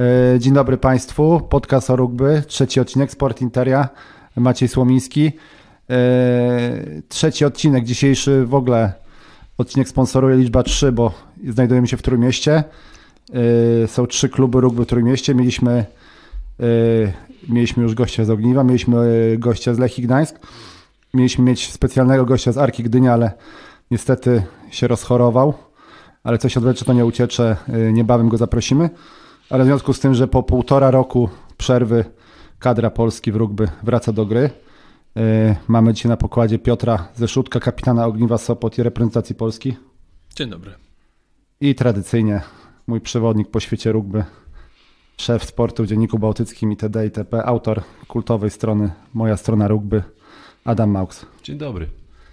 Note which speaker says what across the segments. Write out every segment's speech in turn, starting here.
Speaker 1: Dzień dobry Państwu, podcast o rugby, trzeci odcinek Sport Interia, Maciej Słomiński. Trzeci odcinek, dzisiejszy w ogóle odcinek sponsoruje liczba 3, bo znajdujemy się w Trójmieście. Są 3 kluby rugby w Trójmieście. Mieliśmy już gościa z Ogniwa, mieliśmy gościa z Lechii Gdańsk, mieliśmy mieć specjalnego gościa z Arki Gdynia, ale niestety się rozchorował, ale coś odwlecze, to nie uciecze, niebawem go zaprosimy. Ale w związku z tym, że po 1,5 roku przerwy kadra Polski w rugby wraca do gry, mamy dzisiaj na pokładzie Piotra Zeszutka, kapitana Ogniwa Sopot i reprezentacji Polski.
Speaker 2: Dzień dobry.
Speaker 1: I tradycyjnie mój przewodnik po świecie rugby, szef sportu w Dzienniku Bałtyckim itd. itp., autor kultowej strony Moja Strona Rugby, Adam Maux.
Speaker 3: Dzień dobry.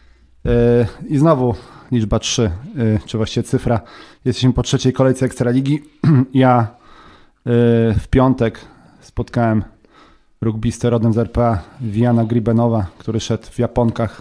Speaker 1: I znowu liczba 3, czy właściwie cyfra. Jesteśmy po trzeciej kolejce Ekstraligi. Ja w piątek spotkałem rugbistę rodem z RPA Wiana Gribenowa, który szedł w japonkach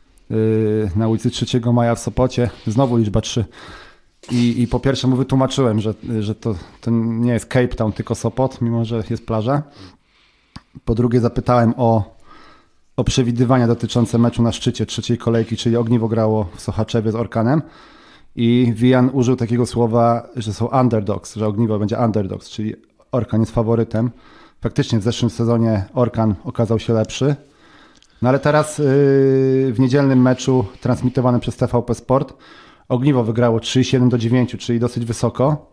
Speaker 1: na ulicy 3 Maja w Sopocie. Znowu liczba 3. I po pierwsze mu wytłumaczyłem, że to nie jest Cape Town, tylko Sopot, mimo że jest plaża. Po drugie zapytałem o przewidywania dotyczące meczu na szczycie trzeciej kolejki, czyli Ogniwo grało w Sochaczewie z Orkanem. I Wijan użył takiego słowa, że są underdogs, że Ogniwo będzie underdogs, czyli Orkan jest faworytem. Faktycznie w zeszłym sezonie Orkan okazał się lepszy. No ale teraz w niedzielnym meczu transmitowanym przez TVP Sport Ogniwo wygrało 37-9, czyli dosyć wysoko.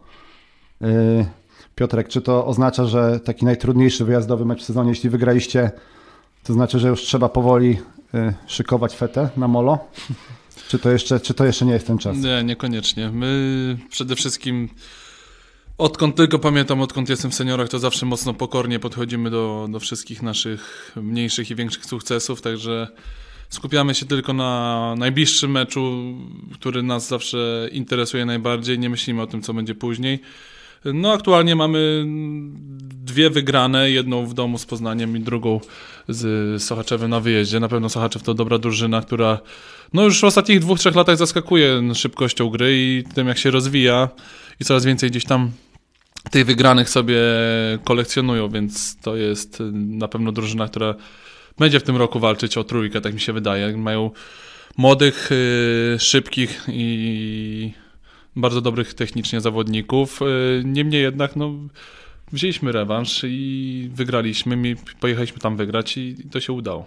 Speaker 1: Piotrek, czy to oznacza, że taki najtrudniejszy wyjazdowy mecz w sezonie, jeśli wygraliście, to znaczy, że już trzeba powoli szykować fetę na molo? Czy to jeszcze nie jest ten czas?
Speaker 2: Nie, niekoniecznie. My przede wszystkim, odkąd tylko pamiętam, odkąd jestem w seniorach, to zawsze mocno pokornie podchodzimy do wszystkich naszych mniejszych i większych sukcesów, także skupiamy się tylko na najbliższym meczu, który nas zawsze interesuje najbardziej, nie myślimy o tym, co będzie później. No aktualnie mamy 2 wygrane, jedną w domu z Poznaniem i drugą z Sochaczewem na wyjeździe. Na pewno Sochaczew to dobra drużyna, która no już w ostatnich 2-3 latach zaskakuje szybkością gry i tym, jak się rozwija i coraz więcej gdzieś tam tych wygranych sobie kolekcjonują, więc to jest na pewno drużyna, która będzie w tym roku walczyć o trójkę, tak mi się wydaje. Mają młodych, szybkich i bardzo dobrych technicznie zawodników. Niemniej jednak wzięliśmy rewanż i wygraliśmy. Pojechaliśmy tam wygrać i to się udało.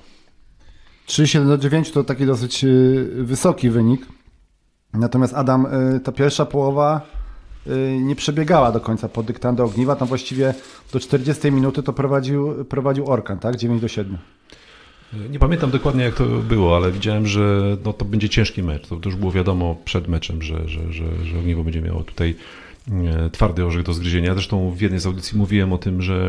Speaker 1: 37-9 to taki dosyć wysoki wynik. Natomiast Adam, ta pierwsza połowa nie przebiegała do końca pod dyktando Ogniwa. Tam właściwie do 40 minuty to prowadził Orkan, tak? 9-7.
Speaker 3: Nie pamiętam dokładnie, jak to było, ale widziałem, że to będzie ciężki mecz. To już było wiadomo przed meczem, że Ogniwo będzie miało tutaj twardy orzech do zgryzienia. Zresztą w jednej z audycji mówiłem o tym, że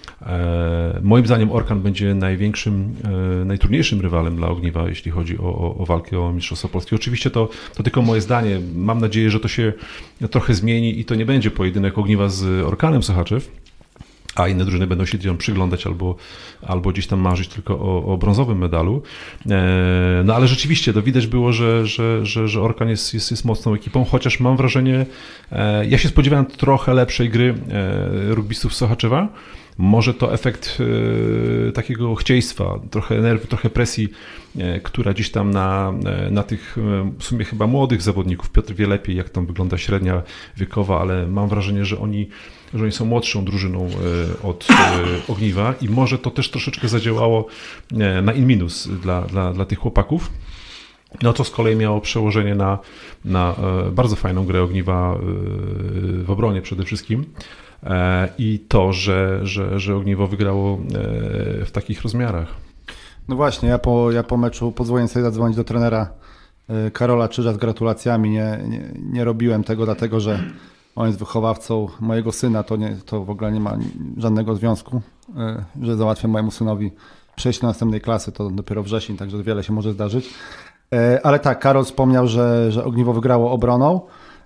Speaker 3: moim zdaniem Orkan będzie najtrudniejszym rywalem dla Ogniwa, jeśli chodzi o walkę o Mistrzostwo Polskie. Oczywiście to tylko moje zdanie. Mam nadzieję, że to się trochę zmieni i to nie będzie pojedynek Ogniwa z Orkanem Sochaczew, a inne drużyny będą się ją przyglądać albo gdzieś tam marzyć tylko o brązowym medalu. No ale rzeczywiście to widać było, że Orkan jest mocną ekipą, chociaż mam wrażenie, ja się spodziewałem trochę lepszej gry rugbystów Sochaczewa. Może to efekt takiego chcieństwa, trochę nerwy, trochę presji, która gdzieś tam na tych w sumie chyba młodych zawodników. Piotr wie lepiej, jak tam wygląda średnia wiekowa, ale mam wrażenie, że oni są młodszą drużyną od Ogniwa i może to też troszeczkę zadziałało na in-minus dla tych chłopaków. No to z kolei miało przełożenie na bardzo fajną grę Ogniwa w obronie przede wszystkim. I to, że Ogniwo wygrało w takich rozmiarach.
Speaker 1: No właśnie, ja po meczu pozwolę sobie zadzwonić do trenera Karola Czyża z gratulacjami. Nie robiłem tego, dlatego że on jest wychowawcą mojego syna, to w ogóle nie ma żadnego związku, że załatwiam mojemu synowi przejść do następnej klasy, to dopiero wrzesień, także wiele się może zdarzyć. Ale tak, Karol wspomniał, że Ogniwo wygrało obroną,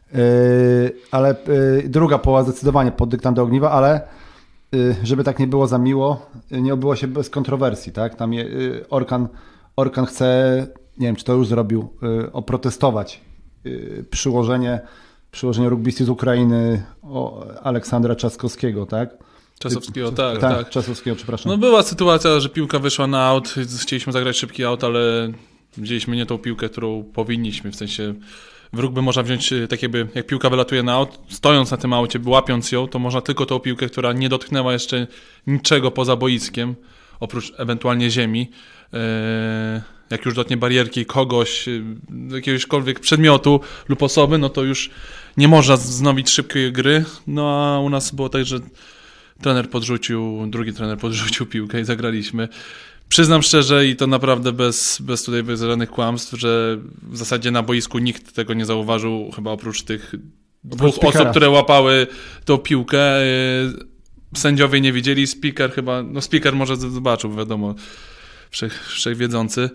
Speaker 1: ale druga połowa zdecydowanie pod dyktando Ogniwa, ale żeby tak nie było za miło, nie obyło się bez kontrowersji, tak? Tam Orkan chce, nie wiem, czy to już zrobił, oprotestować przyłożenie przyłożeniu rugbysty z Ukrainy Aleksandra Trzaskowskiego, tak?
Speaker 2: Czasowskiego, tak.
Speaker 1: Czasowskiego, przepraszam.
Speaker 2: No była sytuacja, że piłka wyszła na aut, chcieliśmy zagrać szybki aut, ale wzięliśmy nie tą piłkę, którą powinniśmy, w sensie w rugby można wziąć tak jakby, jak piłka wylatuje na aut, stojąc na tym aucie, łapiąc ją, to można tylko tą piłkę, która nie dotknęła jeszcze niczego poza boiskiem, oprócz ewentualnie ziemi, jak już dotknie barierki kogoś, jakiegośkolwiek przedmiotu lub osoby, no to już nie można wznowić szybkiej gry. No a u nas było tak, że drugi trener podrzucił piłkę i zagraliśmy. Przyznam szczerze i to naprawdę bez żadnych kłamstw, że w zasadzie na boisku nikt tego nie zauważył, chyba oprócz tych dwóch osób, które łapały tą piłkę. Sędziowie nie widzieli, speaker może zobaczył, wiadomo, wszechwiedzący.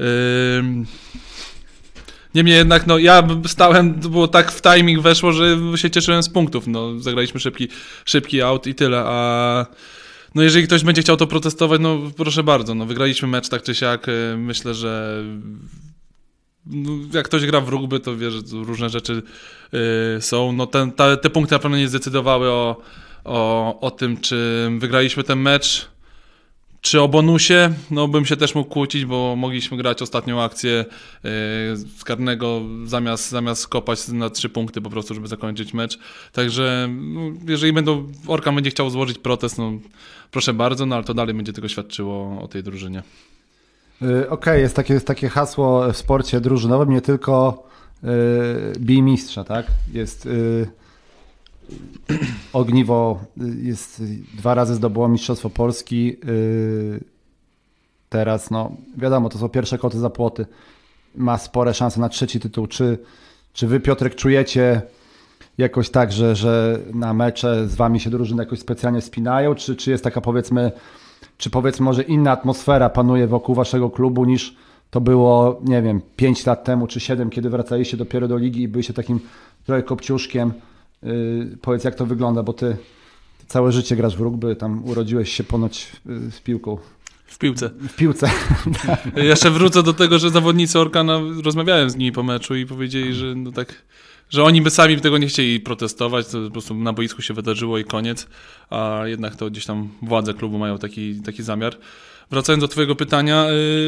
Speaker 2: Niemniej jednak, no ja stałem, to było tak w timing weszło, że się cieszyłem z punktów. No, zagraliśmy szybki out i tyle, a no jeżeli ktoś będzie chciał to protestować, no proszę bardzo, no wygraliśmy mecz tak czy siak. Myślę, że no, jak ktoś gra w rugby, to wie, że różne rzeczy są. No te punkty na pewno nie zdecydowały o tym, czy wygraliśmy ten mecz, czy o bonusie. No bym się też mógł kłócić, bo mogliśmy grać ostatnią akcję z karnego zamiast kopać na 3 punkty po prostu, żeby zakończyć mecz. Także no, jeżeli Orkan będzie chciał złożyć protest, no proszę bardzo, no ale to dalej będzie tylko świadczyło o tej drużynie.
Speaker 1: Okej, jest takie hasło w sporcie drużynowym, nie tylko bij mistrza, tak? Jest Ogniwo jest 2 razy zdobyło Mistrzostwo Polski. Teraz, no wiadomo, to są pierwsze koty za płoty. Ma spore szanse na 3. tytuł. Czy wy, Piotrek, czujecie jakoś tak, że na mecze z wami się drużyny jakoś specjalnie wspinają? Czy jest taka powiedzmy może inna atmosfera panuje wokół waszego klubu niż to było, nie wiem, 5 lat temu czy 7, kiedy wracaliście dopiero do ligi i byliście takim trochę kopciuszkiem? Powiedz, jak to wygląda, bo ty całe życie grasz w rugby, tam urodziłeś się ponoć z piłką.
Speaker 2: W piłce.
Speaker 1: W piłce.
Speaker 2: Ja jeszcze wrócę do tego, że zawodnicy Orkana, rozmawiałem z nimi po meczu i powiedzieli, że no tak, że oni by sami tego nie chcieli protestować, to po prostu na boisku się wydarzyło i koniec, a jednak to gdzieś tam władze klubu mają taki zamiar. Wracając do twojego pytania,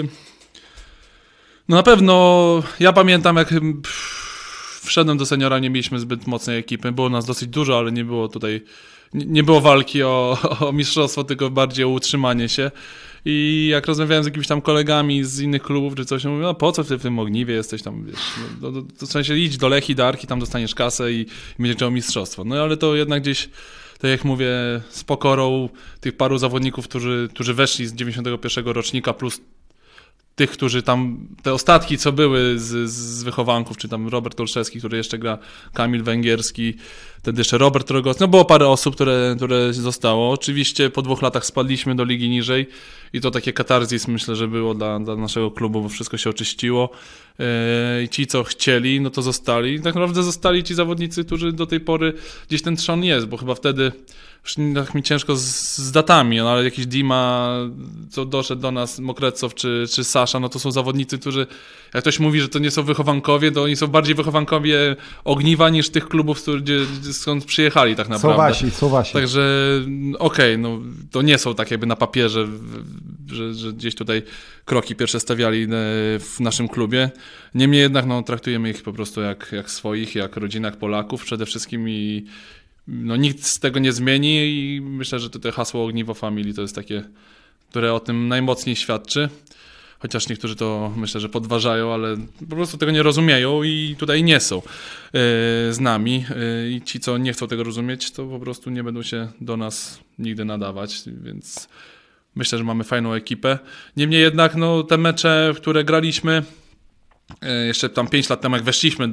Speaker 2: no na pewno ja pamiętam, jak wszedłem do seniora, nie mieliśmy zbyt mocnej ekipy, było nas dosyć dużo, ale nie było tutaj, nie było walki o mistrzostwo, tylko bardziej o utrzymanie się. I jak rozmawiałem z jakimiś tam kolegami z innych klubów czy coś, mówię, no po co ty w tym Ogniwie jesteś tam, wiesz, no, w sensie idź do Lechii, do Arki, tam dostaniesz kasę i będziesz miał mistrzostwo. No ale to jednak gdzieś, tak jak mówię, z pokorą tych paru zawodników, którzy weszli z 91 rocznika, plus tych, którzy tam, te ostatki, co były z wychowanków, czy tam Robert Olszewski, który jeszcze gra, Kamil Węgierski, wtedy jeszcze Robert Rogowski, no było parę osób, które zostało. Oczywiście po 2 latach spadliśmy do ligi niżej i to takie katarzis, myślę, że było dla naszego klubu, bo wszystko się oczyściło. I ci, co chcieli, no to zostali. Tak naprawdę zostali ci zawodnicy, którzy do tej pory gdzieś ten trzon jest, bo chyba wtedy tak mi ciężko z datami, no ale jakiś Dima, co doszedł do nas, Mokrecow czy Sasza, no to są zawodnicy, którzy, jak ktoś mówi, że to nie są wychowankowie, to oni są bardziej wychowankowie Ogniwa niż tych klubów, skąd przyjechali tak naprawdę.
Speaker 1: Są wasi.
Speaker 2: Także okej, no to nie są tak jakby na papierze, że gdzieś tutaj kroki pierwsze stawiali w naszym klubie. Niemniej jednak no, traktujemy ich po prostu jak swoich, jak rodzinach Polaków przede wszystkim i no, nikt z tego nie zmieni i myślę, że tutaj hasło Ogniwo Family to jest takie, które o tym najmocniej świadczy. Chociaż niektórzy to myślę, że podważają, ale po prostu tego nie rozumieją i tutaj nie są z nami. I ci, co nie chcą tego rozumieć, to po prostu nie będą się do nas nigdy nadawać, więc myślę, że mamy fajną ekipę. Niemniej jednak no, te mecze, w które graliśmy jeszcze tam 5 lat temu, jak weszliśmy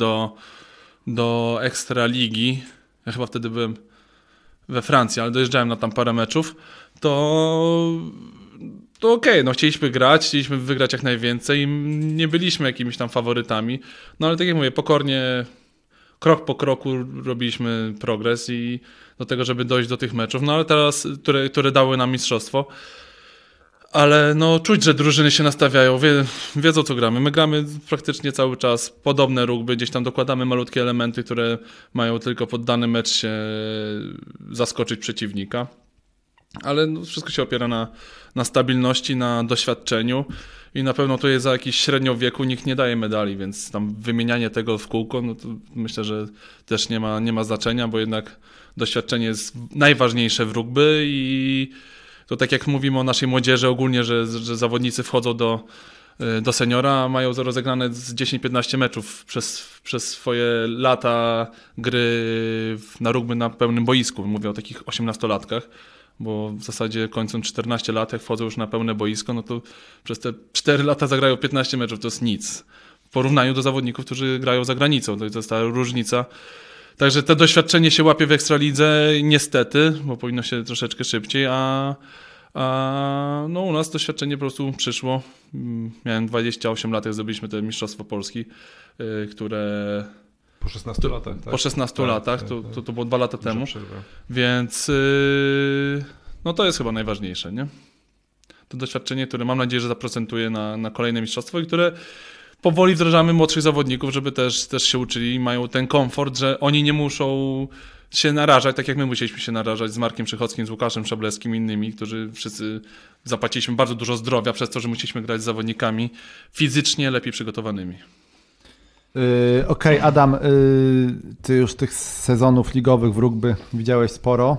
Speaker 2: do Ekstraligi, ja chyba wtedy byłem we Francji, ale dojeżdżałem na tam parę meczów, to okej, no chcieliśmy grać, chcieliśmy wygrać jak najwięcej i nie byliśmy jakimiś tam faworytami, no ale tak jak mówię, pokornie, krok po kroku robiliśmy progres i do tego, żeby dojść do tych meczów, no ale teraz, które dały nam mistrzostwo. Ale no czuć, że drużyny się nastawiają, wiedzą co gramy. My gramy praktycznie cały czas podobne rugby, gdzieś tam dokładamy malutkie elementy, które mają tylko pod dany mecz się zaskoczyć przeciwnika. Ale no, wszystko się opiera na stabilności, na doświadczeniu i na pewno tutaj za jakiś średnią wieku nikt nie daje medali, więc tam wymienianie tego w kółko, no to myślę, że też nie ma znaczenia, bo jednak doświadczenie jest najważniejsze w rugby i to tak jak mówimy o naszej młodzieży ogólnie, że zawodnicy wchodzą do seniora, mają rozegrane z 10-15 meczów przez swoje lata gry na rugby na pełnym boisku. Mówię o takich 18-latkach, bo w zasadzie kończą 14 lat, jak wchodzą już na pełne boisko, no to przez te 4 lata zagrają 15 meczów, to jest nic. W porównaniu do zawodników, którzy grają za granicą, to jest ta różnica. Także to doświadczenie się łapie w Ekstralidze, niestety, bo powinno się troszeczkę szybciej, a no u nas doświadczenie po prostu przyszło. Miałem 28 lat, jak zrobiliśmy to Mistrzostwo Polski, które...
Speaker 3: Po 16 latach, tak?
Speaker 2: Po 16 latach, to było 2 lata temu. Więc no to jest chyba najważniejsze, nie? To doświadczenie, które mam nadzieję, że zaprocentuje na kolejne mistrzostwo i które powoli wdrażamy młodszych zawodników, żeby też się uczyli i mają ten komfort, że oni nie muszą się narażać, tak jak my musieliśmy się narażać z Markiem Przychodzkim, z Łukaszem Szablewskim i innymi, którzy wszyscy zapłaciliśmy bardzo dużo zdrowia przez to, że musieliśmy grać z zawodnikami fizycznie lepiej przygotowanymi.
Speaker 1: Okej, Adam, ty już tych sezonów ligowych w rugby widziałeś sporo.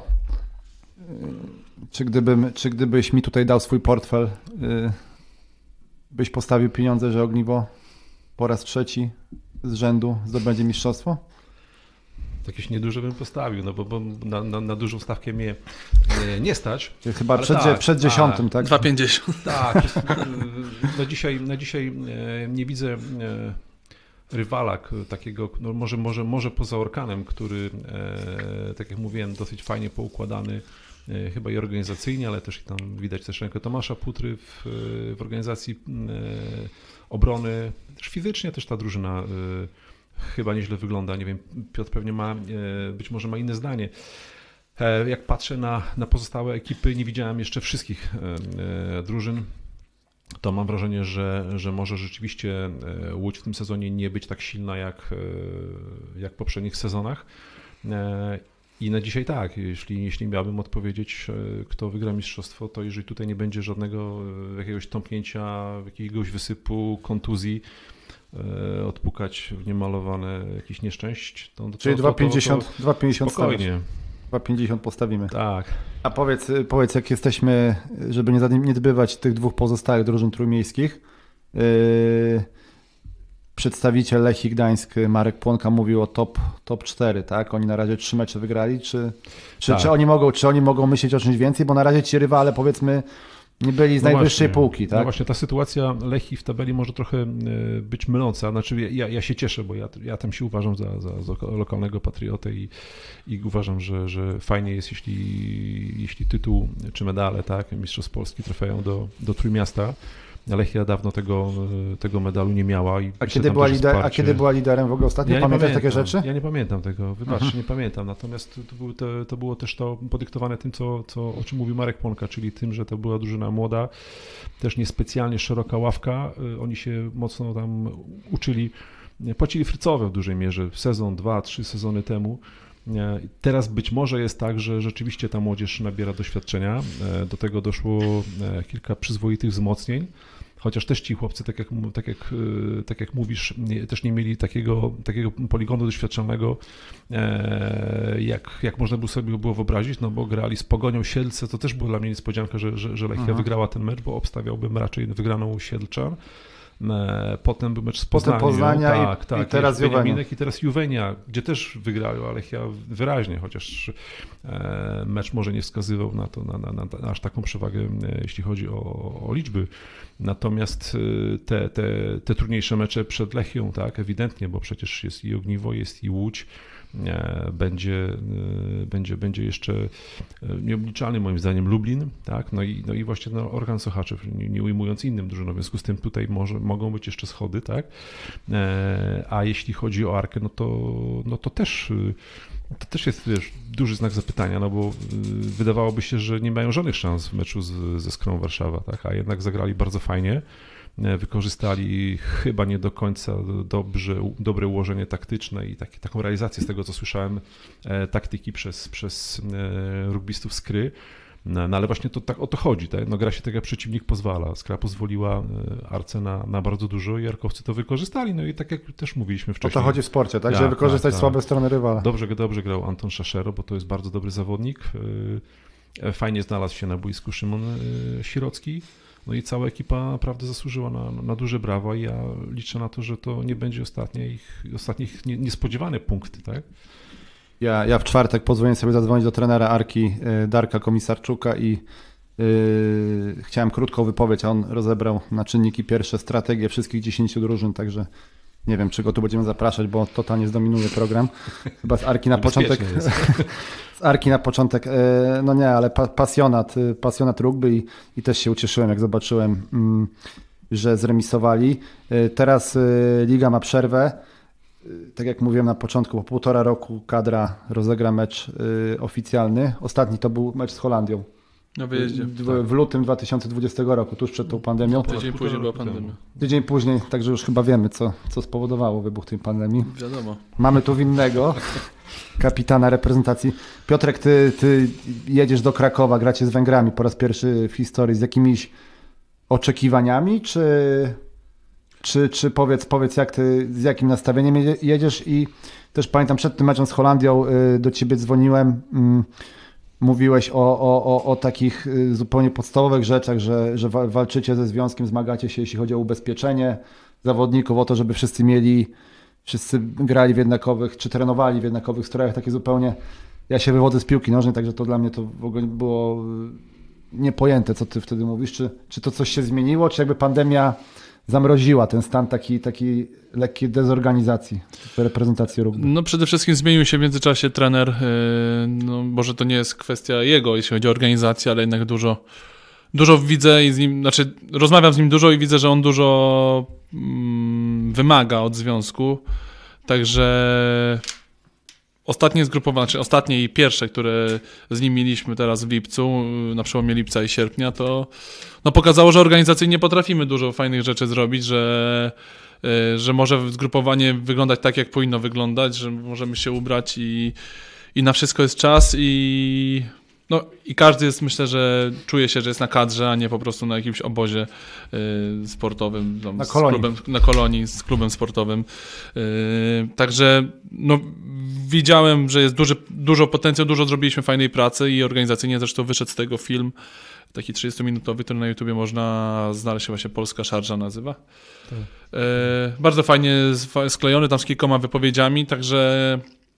Speaker 1: Czy gdybyś mi tutaj dał swój portfel, byś postawił pieniądze, że Ogniwo po raz 3 z rzędu zdobędzie mistrzostwo?
Speaker 3: Jakieś nieduże bym postawił, no bo na dużą stawkę mnie nie stać.
Speaker 1: Chyba przed 10, tak?
Speaker 2: 2,50.
Speaker 3: Tak, na dzisiaj nie widzę rywala takiego, no może poza Orkanem, który, tak jak mówiłem, dosyć fajnie poukładany, chyba i organizacyjnie, ale też tam widać też rękę Tomasza Putry w organizacji obrony. Też fizycznie też ta drużyna chyba nieźle wygląda. Nie wiem, Piotr pewnie być może ma inne zdanie. Jak patrzę na pozostałe ekipy, nie widziałem jeszcze wszystkich drużyn, to mam wrażenie, że może rzeczywiście Łódź w tym sezonie nie być tak silna jak w poprzednich sezonach. I na dzisiaj tak, jeśli miałbym odpowiedzieć, kto wygra mistrzostwo, to jeżeli tutaj nie będzie żadnego jakiegoś tąpnięcia, jakiegoś wysypu, kontuzji, odpukać w niemalowane jakiś nieszczęść,
Speaker 1: czyli 2,50
Speaker 3: spokojnie.
Speaker 1: 2,50 postawimy.
Speaker 3: Tak.
Speaker 1: A powiedz, jak jesteśmy, żeby nie zbywać tych 2 pozostałych drużyn trójmiejskich, przedstawiciel Lechii Gdańsk Marek Płonka mówił o top 4, tak? Oni na razie 3 mecze wygrali,
Speaker 3: tak.
Speaker 1: czy oni mogą myśleć o czymś więcej, bo na razie ci rywale, powiedzmy, nie byli z najwyższej półki, tak?
Speaker 3: No właśnie, ta sytuacja Lechii w tabeli może trochę być myląca. Znaczy ja się cieszę, bo ja tam się uważam za lokalnego patriotę i uważam, że fajnie jest, jeśli tytuł czy medale, tak, Mistrzostw Polski trafiają do Trójmiasta. Lechia dawno tego medalu nie miała.
Speaker 1: Kiedy była liderem w ogóle ostatnio? Pamiętasz takie rzeczy?
Speaker 3: Ja nie pamiętam tego, wybacz, nie pamiętam. Natomiast to było też to podyktowane tym, o czym mówił Marek Płonka, czyli tym, że to była drużyna młoda, też niespecjalnie szeroka ławka. Oni się mocno tam uczyli, płacili frycowe w dużej mierze, sezon, 2-3 sezony temu. Teraz być może jest tak, że rzeczywiście ta młodzież nabiera doświadczenia. Do tego doszło kilka przyzwoitych wzmocnień, chociaż też ci chłopcy, tak jak mówisz, też nie mieli takiego poligonu doświadczonego, jak można by sobie było wyobrazić, no bo grali z Pogonią Siedlce, to też była dla mnie niespodzianka, że Lechia wygrała ten mecz, bo obstawiałbym raczej wygraną Siedlczan. Potem był mecz z
Speaker 1: Poznania i teraz Juwenia.
Speaker 3: I teraz Juwenia, gdzie też wygrały, ale Lechia wyraźnie, chociaż mecz może nie wskazywał na to, na aż taką przewagę, jeśli chodzi o liczby. Natomiast te trudniejsze mecze przed Lechią, tak, ewidentnie, bo przecież jest i Ogniwo, jest i Łódź, będzie jeszcze nieobliczalny moim zdaniem Lublin, tak? No i właśnie Orkan Sochaczew, nie ujmując innym drużynom, w związku z tym tutaj mogą być jeszcze schody, tak? A jeśli chodzi o Arkę, no to też To też jest, wiesz, duży znak zapytania, no bo wydawałoby się, że nie mają żadnych szans w meczu ze Skrą Warszawa, tak? A jednak zagrali bardzo fajnie, wykorzystali chyba nie do końca dobre ułożenie taktyczne i taką realizację z tego, co słyszałem, taktyki przez rugbystów Skry. No ale właśnie to tak o to chodzi, tak? No, gra się tak jak przeciwnik pozwala. Skra pozwoliła Arce na bardzo dużo i Arkowcy to wykorzystali. No i tak jak też mówiliśmy wcześniej.
Speaker 1: O to chodzi w sporcie, tak? Żeby wykorzystać słabe strony rywala.
Speaker 3: Dobrze grał Anton Szaszero, bo to jest bardzo dobry zawodnik. Fajnie znalazł się na boisku Szymon Sirocki. No i cała ekipa naprawdę zasłużyła na duże brawa i ja liczę na to, że to nie będzie ostatnich niespodziewane punkty, tak?
Speaker 1: Ja w czwartek pozwoliłem sobie zadzwonić do trenera Arki Darka Komisarczuka i chciałem krótką wypowiedź, a on rozebrał na czynniki pierwsze strategię wszystkich 10 drużyn, także nie wiem, czy go tu będziemy zapraszać, bo totalnie zdominuje program. Chyba z Arki na początek. Z Arki na początek, no nie, ale pasjonat rugby i też się ucieszyłem, jak zobaczyłem, że zremisowali. Teraz liga ma przerwę. Tak jak mówiłem na początku, po 1,5 roku kadra rozegra mecz oficjalny. Ostatni to był mecz z Holandią.
Speaker 2: Na wyjeździe.
Speaker 1: W lutym 2020 roku, tuż przed tą pandemią.
Speaker 2: Tydzień później była pandemia.
Speaker 1: Tydzień później, także już chyba wiemy, co spowodowało wybuch tej pandemii.
Speaker 2: Wiadomo.
Speaker 1: Mamy tu winnego, kapitana reprezentacji. Piotrek, ty jedziesz do Krakowa, gracie z Węgrami po raz pierwszy w historii. Z jakimiś oczekiwaniami, czy powiedz jak z jakim nastawieniem jedziesz? I też pamiętam, przed tym meczem z Holandią do ciebie dzwoniłem, mówiłeś o takich zupełnie podstawowych rzeczach, że walczycie ze związkiem, zmagacie się, jeśli chodzi o ubezpieczenie zawodników, o to, żeby wszyscy grali w jednakowych, czy trenowali w jednakowych strojach, takie zupełnie. Ja się wywodzę z piłki nożnej, także to dla mnie to w ogóle było niepojęte, co ty wtedy mówisz. Czy to coś się zmieniło, czy jakby pandemia zamroziła ten stan takiej lekkiej dezorganizacji w reprezentacji rugby?
Speaker 2: No przede wszystkim zmienił się w międzyczasie trener, no może to nie jest kwestia jego, jeśli chodzi o organizację, ale jednak dużo widzę i z nim, znaczy rozmawiam z nim dużo i widzę, że on dużo wymaga od związku, także ostatnie zgrupowanie, znaczy ostatnie i pierwsze, które z nim mieliśmy teraz w lipcu, na przełomie lipca i sierpnia, to no pokazało, że organizacyjnie potrafimy dużo fajnych rzeczy zrobić, że może zgrupowanie wyglądać tak, jak powinno wyglądać, że możemy się ubrać i na wszystko jest czas i każdy jest, myślę, że czuje się, że jest na kadrze, a nie po prostu na jakimś obozie sportowym, na kolonii z klubem sportowym. Także no, widziałem, że jest dużo potencjału, dużo zrobiliśmy fajnej pracy i organizacyjnie zresztą wyszedł z tego film taki 30-minutowy, który na YouTubie można znaleźć, się właśnie Polska Szarża nazywa. Tak. Bardzo fajnie sklejony, tam z kilkoma wypowiedziami, także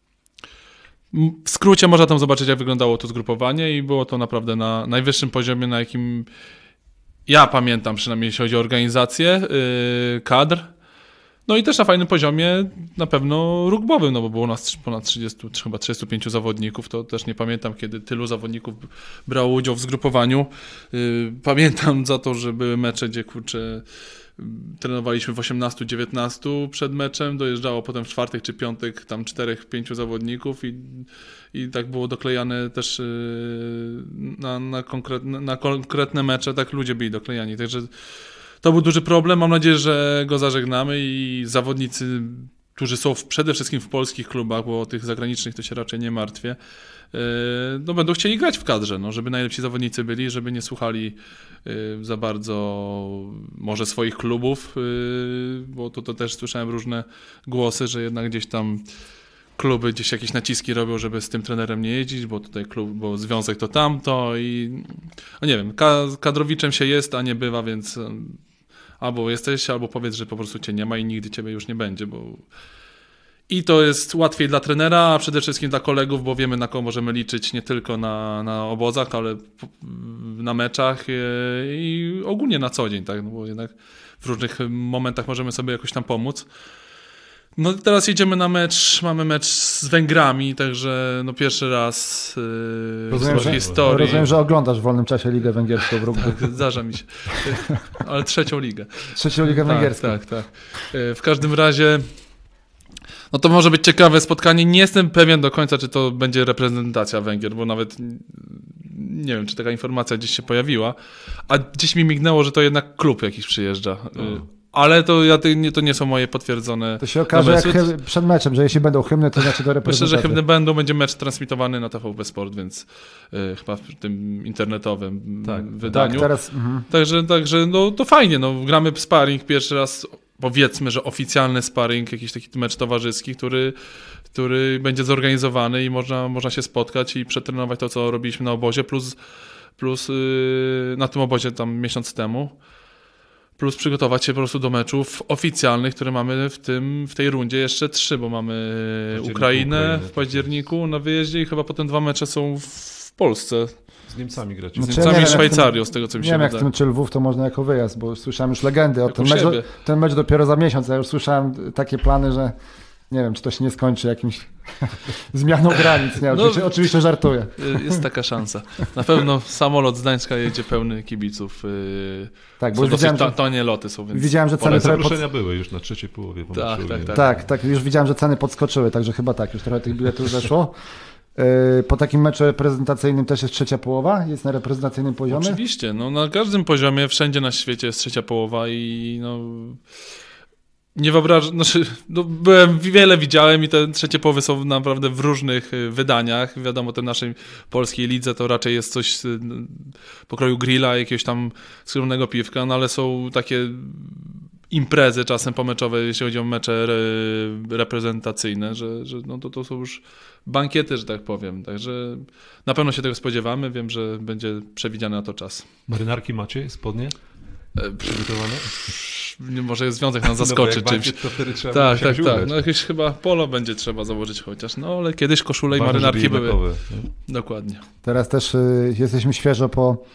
Speaker 2: w skrócie można tam zobaczyć, jak wyglądało to zgrupowanie i było to naprawdę na najwyższym poziomie, na jakim ja pamiętam, przynajmniej jeśli chodzi o organizację kadr. No i też na fajnym poziomie na pewno rugbowym, no bo było nas ponad 30 czy chyba 35 zawodników, to też nie pamiętam, kiedy tylu zawodników brało udział w zgrupowaniu. Pamiętam za to, że były mecze, gdzie trenowaliśmy w 18-19 przed meczem, dojeżdżało potem w czwartek czy piątek tam 4-5 zawodników i tak było doklejane też na konkretne mecze, tak ludzie byli doklejani, także to był duży problem, mam nadzieję, że go zażegnamy i zawodnicy, którzy są przede wszystkim w polskich klubach, bo o tych zagranicznych to się raczej nie martwię, no będą chcieli grać w kadrze, no, żeby najlepsi zawodnicy byli, żeby nie słuchali za bardzo może swoich klubów, bo to też słyszałem różne głosy, że jednak gdzieś tam kluby gdzieś jakieś naciski robią, żeby z tym trenerem nie jeździć, bo tutaj klub, bo związek to tamto i no nie wiem, kadrowiczem się jest, a nie bywa, więc albo jesteś, albo powiedz, że po prostu cię nie ma i nigdy ciebie już nie będzie, bo i to jest łatwiej dla trenera, a przede wszystkim dla kolegów, bo wiemy, na kogo możemy liczyć nie tylko na obozach, ale na meczach i ogólnie na co dzień, tak? No bo jednak w różnych momentach możemy sobie jakoś tam pomóc. No teraz jedziemy na mecz, mamy mecz z Węgrami, także no pierwszy raz w historii.
Speaker 1: Rozumiem, że oglądasz w wolnym czasie Ligę Węgierską w rugby.
Speaker 2: Tak, zdarza mi się, ale trzecią ligę.
Speaker 1: Trzecią Ligę Węgierską.
Speaker 2: Tak. W każdym razie No to może być ciekawe spotkanie. Nie jestem pewien do końca, czy to będzie reprezentacja Węgier, bo nawet nie wiem, czy taka informacja gdzieś się pojawiła, a gdzieś mi mignęło, że to jednak klub jakiś przyjeżdża. Ale to nie są moje potwierdzone.
Speaker 1: To się okaże przed meczem, że jeśli będą hymny, to znaczy do reprezentacji.
Speaker 2: Myślę, że hymny będą, będzie mecz transmitowany na TVP Sport, więc chyba w tym internetowym wydaniu. Tak,
Speaker 1: teraz,
Speaker 2: Także no to fajnie, no, gramy sparring pierwszy raz, powiedzmy, że oficjalny sparring, jakiś taki mecz towarzyski, który będzie zorganizowany i można się spotkać i przetrenować to, co robiliśmy na obozie, plus na tym obozie tam miesiąc temu. Plus przygotować się po prostu do meczów oficjalnych, które mamy w tej rundzie jeszcze 3, bo mamy Ukrainę w październiku na wyjeździe i chyba potem 2 mecze są w Polsce.
Speaker 3: Z Niemcami gracie.
Speaker 2: Z Niemcami i Szwajcarią, z tego co mi się wydaje.
Speaker 1: Nie wiem, jak w tym Lwów to można jako wyjazd, bo słyszałem już legendy o tym meczu. Ten mecz dopiero za miesiąc, ja już słyszałem takie plany, że nie wiem, czy to się nie skończy jakimś zmianą granic. Nie, oczywiście żartuję.
Speaker 2: Jest taka szansa. Na pewno samolot z Gdańska jedzie pełny kibiców.
Speaker 1: Tak, bo już widziałem,
Speaker 2: tanie loty są. Więc
Speaker 1: widziałem, że ceny
Speaker 3: zaproszenia były już na trzeciej połowie.
Speaker 1: Tak, już widziałem, że ceny podskoczyły, także chyba tak, już trochę tych biletów zeszło. Po takim meczu reprezentacyjnym też jest trzecia połowa? Jest na reprezentacyjnym poziomie?
Speaker 2: Oczywiście, no na każdym poziomie, wszędzie na świecie jest trzecia połowa i no... Nie wyobrażam, wiele widziałem i te trzecie połowy są naprawdę w różnych wydaniach. Wiadomo, te naszej polskiej lidze to raczej jest coś pokroju grilla, jakiegoś tam skromnego piwka, no ale są takie imprezy czasem pomeczowe, jeśli chodzi o mecze reprezentacyjne, że no to są już bankiety, że tak powiem. Także na pewno się tego spodziewamy. Wiem, że będzie przewidziany na to czas.
Speaker 3: Marynarki macie? Spodnie? Przygotowane?
Speaker 2: Może związek nas zaskoczy czymś. Tak. No jakieś chyba polo będzie trzeba założyć chociaż. No ale kiedyś koszule i marynarki były. Dokładnie.
Speaker 1: Teraz też jesteśmy świeżo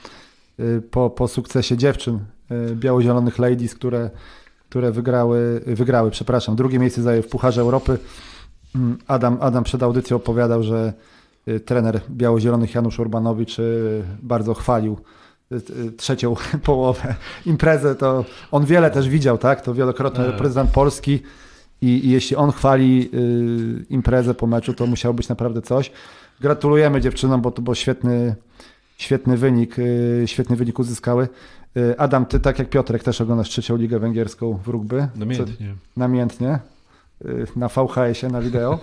Speaker 1: po sukcesie dziewczyn biało-zielonych ladies, które wygrały, drugie miejsce zajęły w Pucharze Europy. Adam przed audycją opowiadał, że trener biało-zielonych Janusz Urbanowicz bardzo chwalił trzecią połowę imprezę, to on wiele też widział, tak? To wielokrotny reprezentant Polski i jeśli on chwali imprezę po meczu, to musiało być naprawdę coś. Gratulujemy dziewczynom, bo świetny wynik uzyskały. Adam, ty tak jak Piotrek też oglądasz trzecią ligę węgierską w rugby. Namiętnie. Na VHS-ie, na wideo.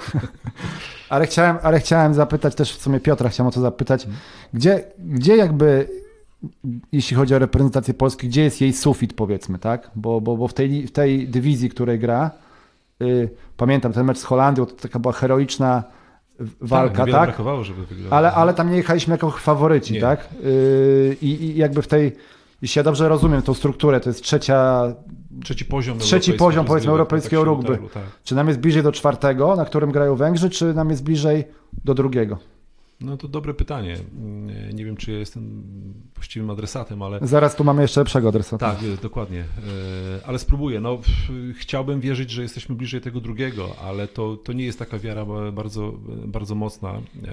Speaker 1: ale chciałem zapytać też w sumie Piotra, chciałem o to zapytać, gdzie jakby jeśli chodzi o reprezentację Polski, gdzie jest jej sufit, powiedzmy, tak? Bo w tej dywizji, której gra, pamiętam ten mecz z Holandią, to taka była heroiczna walka, tak?
Speaker 3: Brakowało, żeby wygrać.
Speaker 1: Ale tam nie jechaliśmy jako faworyci, nie. Tak? I jakby w tej, jeśli ja dobrze rozumiem tą strukturę, to jest trzeci poziom powiedzmy europejskiego rugby. Tak. Czy nam jest bliżej do 4, na którym grają Węgrzy, czy nam jest bliżej do 2?
Speaker 3: No to dobre pytanie. Nie wiem, czy ja jestem właściwym adresatem, ale...
Speaker 1: Zaraz tu mamy jeszcze lepszego adresata.
Speaker 3: Tak, dokładnie. Ale spróbuję. No, chciałbym wierzyć, że jesteśmy bliżej tego 2, ale to nie jest taka wiara bardzo, bardzo mocna.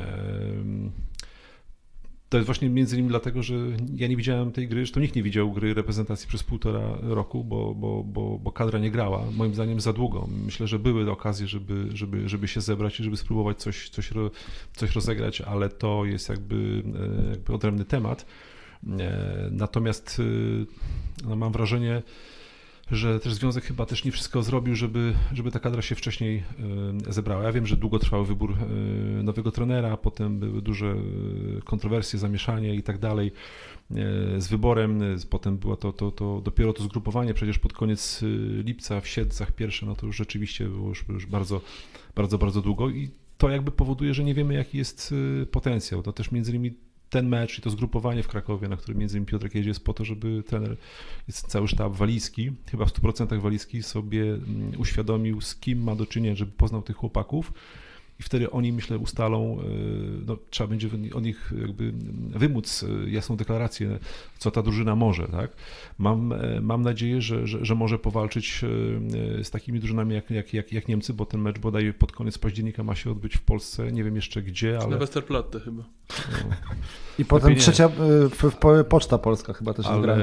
Speaker 3: To jest właśnie między innymi dlatego, że ja nie widziałem tej gry, zresztą nikt nie widział gry reprezentacji przez 1,5 roku, bo kadra nie grała, moim zdaniem za długo. Myślę, że były okazje, żeby się zebrać i żeby spróbować coś rozegrać, ale to jest jakby odrębny temat. Natomiast no, mam wrażenie, że też związek chyba też nie wszystko zrobił, żeby ta kadra się wcześniej zebrała. Ja wiem, że długo trwał wybór nowego trenera, potem były duże kontrowersje, zamieszanie i tak dalej z wyborem, potem było to dopiero to zgrupowanie, przecież pod koniec lipca w Siedlcach pierwsze, no to już rzeczywiście było już bardzo, bardzo, bardzo długo i to jakby powoduje, że nie wiemy, jaki jest potencjał. To też między innymi ten mecz i to zgrupowanie w Krakowie, na którym między innymi Piotrek jedzie, jest po to, żeby trener, jest cały sztab walijski, chyba w 100% walijski, sobie uświadomił, z kim ma do czynienia, żeby poznał tych chłopaków i wtedy oni, myślę, ustalą, no, trzeba będzie od nich jakby wymóc jasną deklarację, co ta drużyna może, tak? Mam nadzieję, że może powalczyć z takimi drużynami jak Niemcy, bo ten mecz bodaj pod koniec października ma się odbyć w Polsce, nie wiem jeszcze gdzie, ale...
Speaker 2: Na Westerplatte chyba.
Speaker 3: No,
Speaker 1: i potem trzecia Poczta Polska chyba też gra.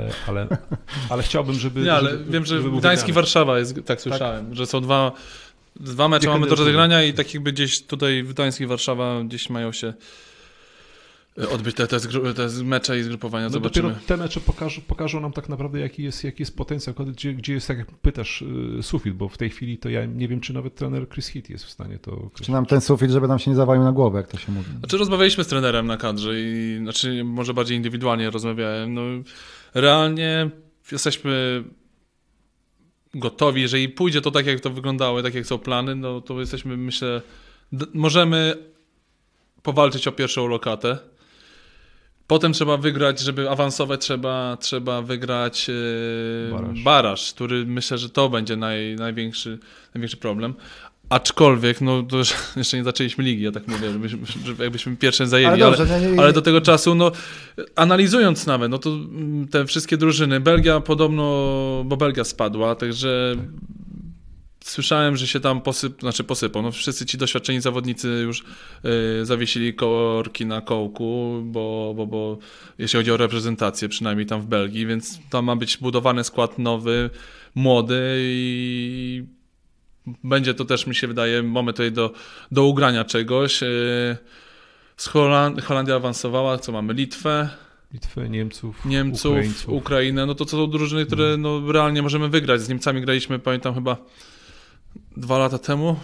Speaker 3: Ale chciałbym, żeby...
Speaker 2: Nie, ale wiem, że Gdańsk i Warszawa jest, tak słyszałem, że są 2 2 mecze mamy do rozegrania i tak jakby gdzieś tutaj w Gdańsku i Warszawa gdzieś mają się odbyć te mecze i zgrupowania. Zobaczymy.
Speaker 3: Dopiero te mecze pokażą nam tak naprawdę, jaki jest potencjał, gdzie jest, tak jak pytasz, sufit, bo w tej chwili to ja nie wiem, czy nawet trener Chris Heath jest w stanie to określić.
Speaker 1: Czy nam ten sufit, żeby nam się nie zawalił na głowę, jak to się mówi.
Speaker 2: Znaczy rozmawialiśmy z trenerem na kadrze i może bardziej indywidualnie rozmawiałem. No, realnie jesteśmy gotowi, jeżeli pójdzie to tak, jak to wyglądało, tak jak są plany, no to jesteśmy, myślę, możemy powalczyć o pierwszą lokatę. Potem trzeba wygrać, żeby awansować, trzeba wygrać baraż, który myślę, że to będzie największy problem. Aczkolwiek, no to jeszcze nie zaczęliśmy ligi, ja tak mówię, jakbyśmy pierwsze zajęli, ale do tego czasu, no analizując nawet, no to te wszystkie drużyny, Belgia podobno, bo Belgia spadła, także słyszałem, że się tam posypał. No wszyscy ci doświadczeni zawodnicy już zawiesili korki na kołku, bo jeśli chodzi o reprezentację, przynajmniej tam w Belgii, więc tam ma być budowany skład nowy, młody i będzie to też, mi się wydaje, mamy tutaj do ugrania czegoś. Holandia awansowała, co mamy? Litwę,
Speaker 3: Niemców,
Speaker 2: Ukrainę. No to są drużyny, które no, realnie możemy wygrać. Z Niemcami graliśmy, pamiętam, chyba 2 lata temu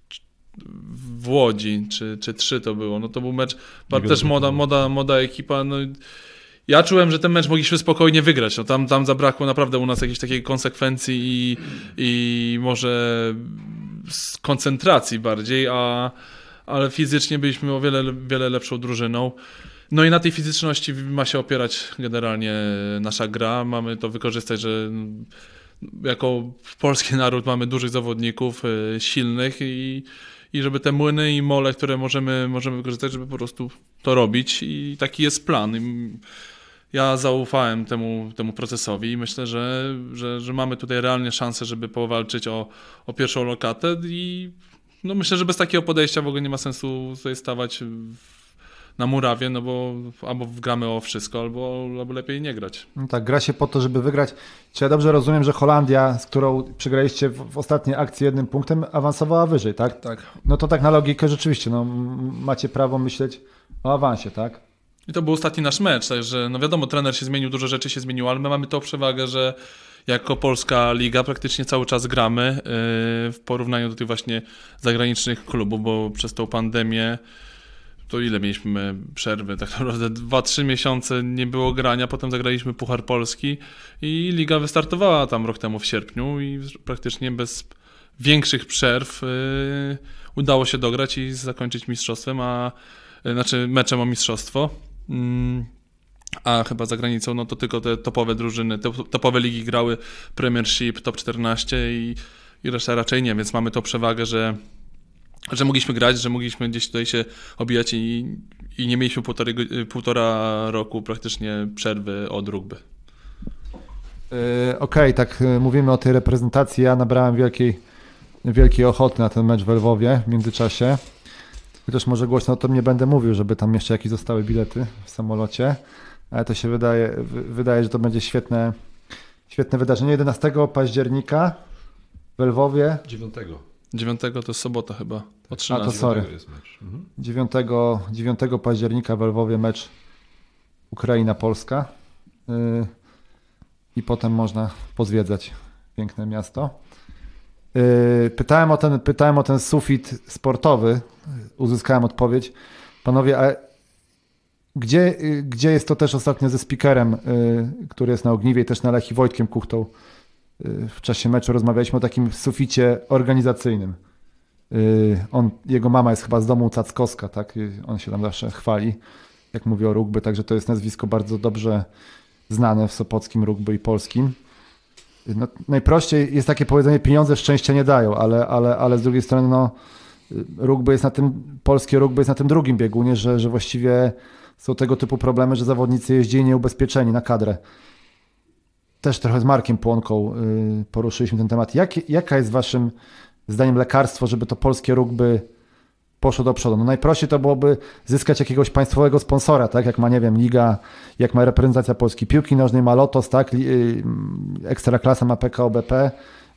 Speaker 2: w Łodzi, czy 3 to było. No to był mecz, też młoda ekipa. No, ja czułem, że ten mecz mogliśmy spokojnie wygrać. No, tam zabrakło naprawdę u nas jakiejś takiej konsekwencji i może koncentracji bardziej, ale fizycznie byliśmy o wiele lepszą drużyną. No i na tej fizyczności ma się opierać generalnie nasza gra. Mamy to wykorzystać, że jako polski naród mamy dużych zawodników, silnych i żeby te młyny i mole, które możemy wykorzystać, żeby po prostu to robić i taki jest plan. Ja zaufałem temu procesowi i myślę, że mamy tutaj realnie szansę, żeby powalczyć o pierwszą lokatę i no myślę, że bez takiego podejścia w ogóle nie ma sensu tutaj stawać na murawie, no bo albo gramy o wszystko, albo lepiej nie grać.
Speaker 1: No tak, gra się po to, żeby wygrać. Czy ja dobrze rozumiem, że Holandia, z którą przegraliście w ostatniej akcji 1 punktem, awansowała wyżej, tak?
Speaker 2: Tak.
Speaker 1: No to tak na logikę rzeczywiście, no macie prawo myśleć o awansie, tak?
Speaker 2: I to był ostatni nasz mecz, także no wiadomo, trener się zmienił, dużo rzeczy się zmieniło, ale my mamy tą przewagę, że jako polska liga praktycznie cały czas gramy w porównaniu do tych właśnie zagranicznych klubów, bo przez tą pandemię to ile mieliśmy przerwy? Tak naprawdę 2-3 miesiące nie było grania, potem zagraliśmy Puchar Polski i liga wystartowała tam rok temu w sierpniu i praktycznie bez większych przerw udało się dograć i zakończyć mistrzostwem, znaczy meczem o mistrzostwo. A chyba za granicą, no to tylko te topowe drużyny, topowe ligi grały Premiership, Top 14 i reszta raczej nie, więc mamy tą przewagę, że mogliśmy grać, że mogliśmy gdzieś tutaj się obijać i nie mieliśmy półtora roku praktycznie przerwy od rugby.
Speaker 1: Okej, tak mówimy o tej reprezentacji. Ja nabrałem wielkiej ochoty na ten mecz w Lwowie w międzyczasie. Chociaż może głośno o tym nie będę mówił, żeby tam jeszcze jakieś zostały bilety w samolocie. Ale to się wydaje, że to będzie świetne wydarzenie. 11 października w Lwowie.
Speaker 2: 9 to jest sobota chyba, o 13.
Speaker 1: A to sorry. 9 października w Lwowie mecz Ukraina-Polska i potem można pozwiedzać piękne miasto. Pytałem o ten sufit sportowy, uzyskałem odpowiedź. Panowie, a gdzie jest to też ostatnio ze speakerem, który jest na Ogniwie i też na Lechii, Wojtkiem Kuchtą? W czasie meczu rozmawialiśmy o takim suficie organizacyjnym. Jego mama jest chyba z domu Cackowska, tak? On się tam zawsze chwali, jak mówi o rugby, także to jest nazwisko bardzo dobrze znane w sopockim rugby i polskim. No, najprościej jest takie powiedzenie, pieniądze szczęścia nie dają, ale z drugiej strony no, polskie rugby jest na tym drugim biegunie, że właściwie są tego typu problemy, że zawodnicy jeździli nieubezpieczeni na kadrę. Też trochę z Markiem Płonką poruszyliśmy ten temat. Jaka jest waszym zdaniem lekarstwo, żeby to polskie rugby poszło do przodu? No najprościej to byłoby zyskać jakiegoś państwowego sponsora, tak jak ma, nie wiem, Liga, jak ma reprezentacja Polski piłki nożnej, ma Lotos, tak, Ekstraklasa ma PKO BP,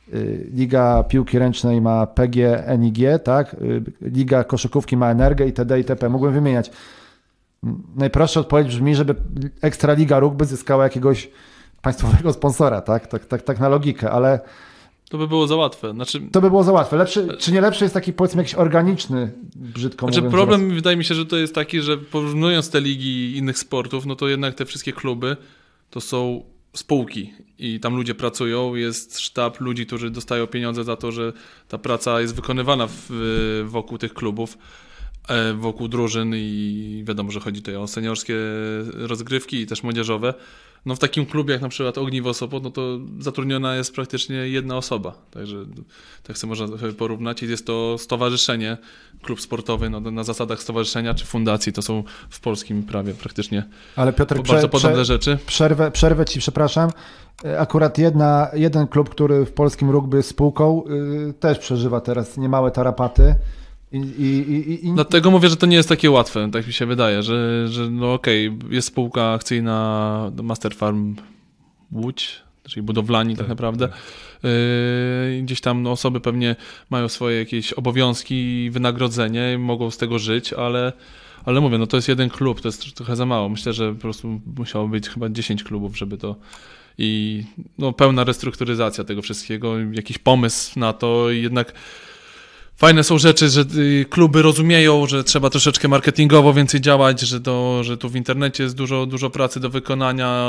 Speaker 1: Liga Piłki Ręcznej ma PG, NIG, tak? Liga Koszykówki ma Energę itd. itp. Mógłbym wymieniać. Najprostsza odpowiedź brzmi, żeby Ekstraliga Rugby zyskała jakiegoś państwowego sponsora, tak na logikę, ale
Speaker 2: to by było za łatwe.
Speaker 1: To by było za łatwe. Czy nie lepszy jest taki, powiedzmy, jakiś organiczny, brzydko mówiąc?
Speaker 2: Problem wydaje mi się, że to jest taki, że porównując te ligi innych sportów, no to jednak te wszystkie kluby to są spółki i tam ludzie pracują, jest sztab ludzi, którzy dostają pieniądze za to, że ta praca jest wykonywana wokół tych klubów, wokół drużyn i wiadomo, że chodzi tutaj o seniorskie rozgrywki i też młodzieżowe. No w takim klubie jak na przykład Ogniwo Sopot, no to zatrudniona jest praktycznie jedna osoba, także tak sobie można porównać i jest to stowarzyszenie, klub sportowy no, na zasadach stowarzyszenia czy fundacji, to są w polskim prawie praktycznie. Ale Piotr, bardzo podobne rzeczy.
Speaker 1: Przerwę ci, przepraszam. Akurat jeden klub, który w polskim rugby jest spółką, też przeżywa teraz niemałe tarapaty.
Speaker 2: Dlatego mówię, że to nie jest takie łatwe, tak mi się wydaje, że no okej, jest spółka akcyjna Master Farm Łódź, czyli budowlani tak naprawdę. Gdzieś tam no, osoby pewnie mają swoje jakieś obowiązki, wynagrodzenie i mogą z tego żyć, ale mówię, no to jest jeden klub, to jest trochę za mało. Myślę, że po prostu musiało być chyba 10 klubów, żeby to i no, pełna restrukturyzacja tego wszystkiego, jakiś pomysł na to i jednak fajne są rzeczy, że kluby rozumieją, że trzeba troszeczkę marketingowo więcej działać, że tu w internecie jest dużo pracy do wykonania.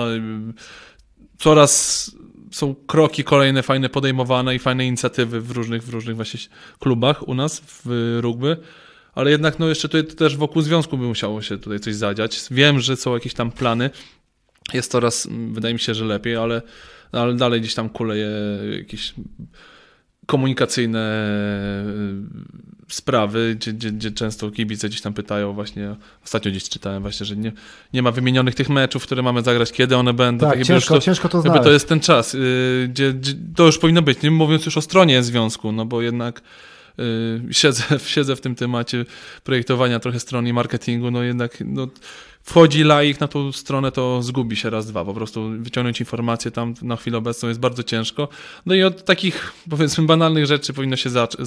Speaker 2: Coraz są kroki kolejne fajne podejmowane i fajne inicjatywy w różnych właśnie klubach u nas w rugby. Ale jednak no jeszcze tutaj też wokół związku by musiało się tutaj coś zadziać. Wiem, że są jakieś tam plany. Jest coraz, wydaje mi się, że lepiej, ale dalej gdzieś tam kuleje jakieś komunikacyjne sprawy, gdzie często kibice gdzieś tam pytają właśnie, ostatnio gdzieś czytałem właśnie, że nie ma wymienionych tych meczów, które mamy zagrać, kiedy one będą.
Speaker 1: Tak, ciężko to znaleźć.
Speaker 2: To jest ten czas, gdzie to już powinno być, nie mówiąc już o stronie związku, no bo jednak siedzę w tym temacie projektowania trochę strony i marketingu, no jednak no, wchodzi laik na tą stronę, to zgubi się raz, dwa. Po prostu wyciągnąć informacje tam na chwilę obecną jest bardzo ciężko. No i od takich, powiedzmy, banalnych rzeczy powinno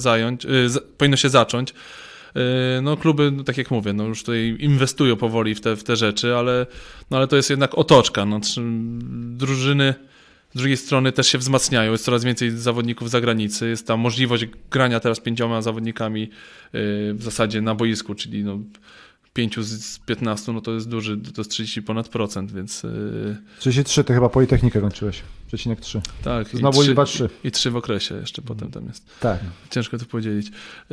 Speaker 2: się zacząć. No kluby, no, tak jak mówię, no już tutaj inwestują powoli w te rzeczy, ale to jest jednak otoczka. No, drużyny z drugiej strony też się wzmacniają, jest coraz więcej zawodników z zagranicy, jest ta możliwość grania teraz 5 zawodnikami w zasadzie na boisku, czyli no 5 z 15, no to jest duży, to jest 30 ponad procent, więc...
Speaker 1: 33, ty chyba Politechnikę kończyłeś, 3,3.
Speaker 2: Tak,
Speaker 1: znowu liczba 3.
Speaker 2: I 3 w okresie jeszcze potem tam jest.
Speaker 1: Tak.
Speaker 2: Ciężko to powiedzieć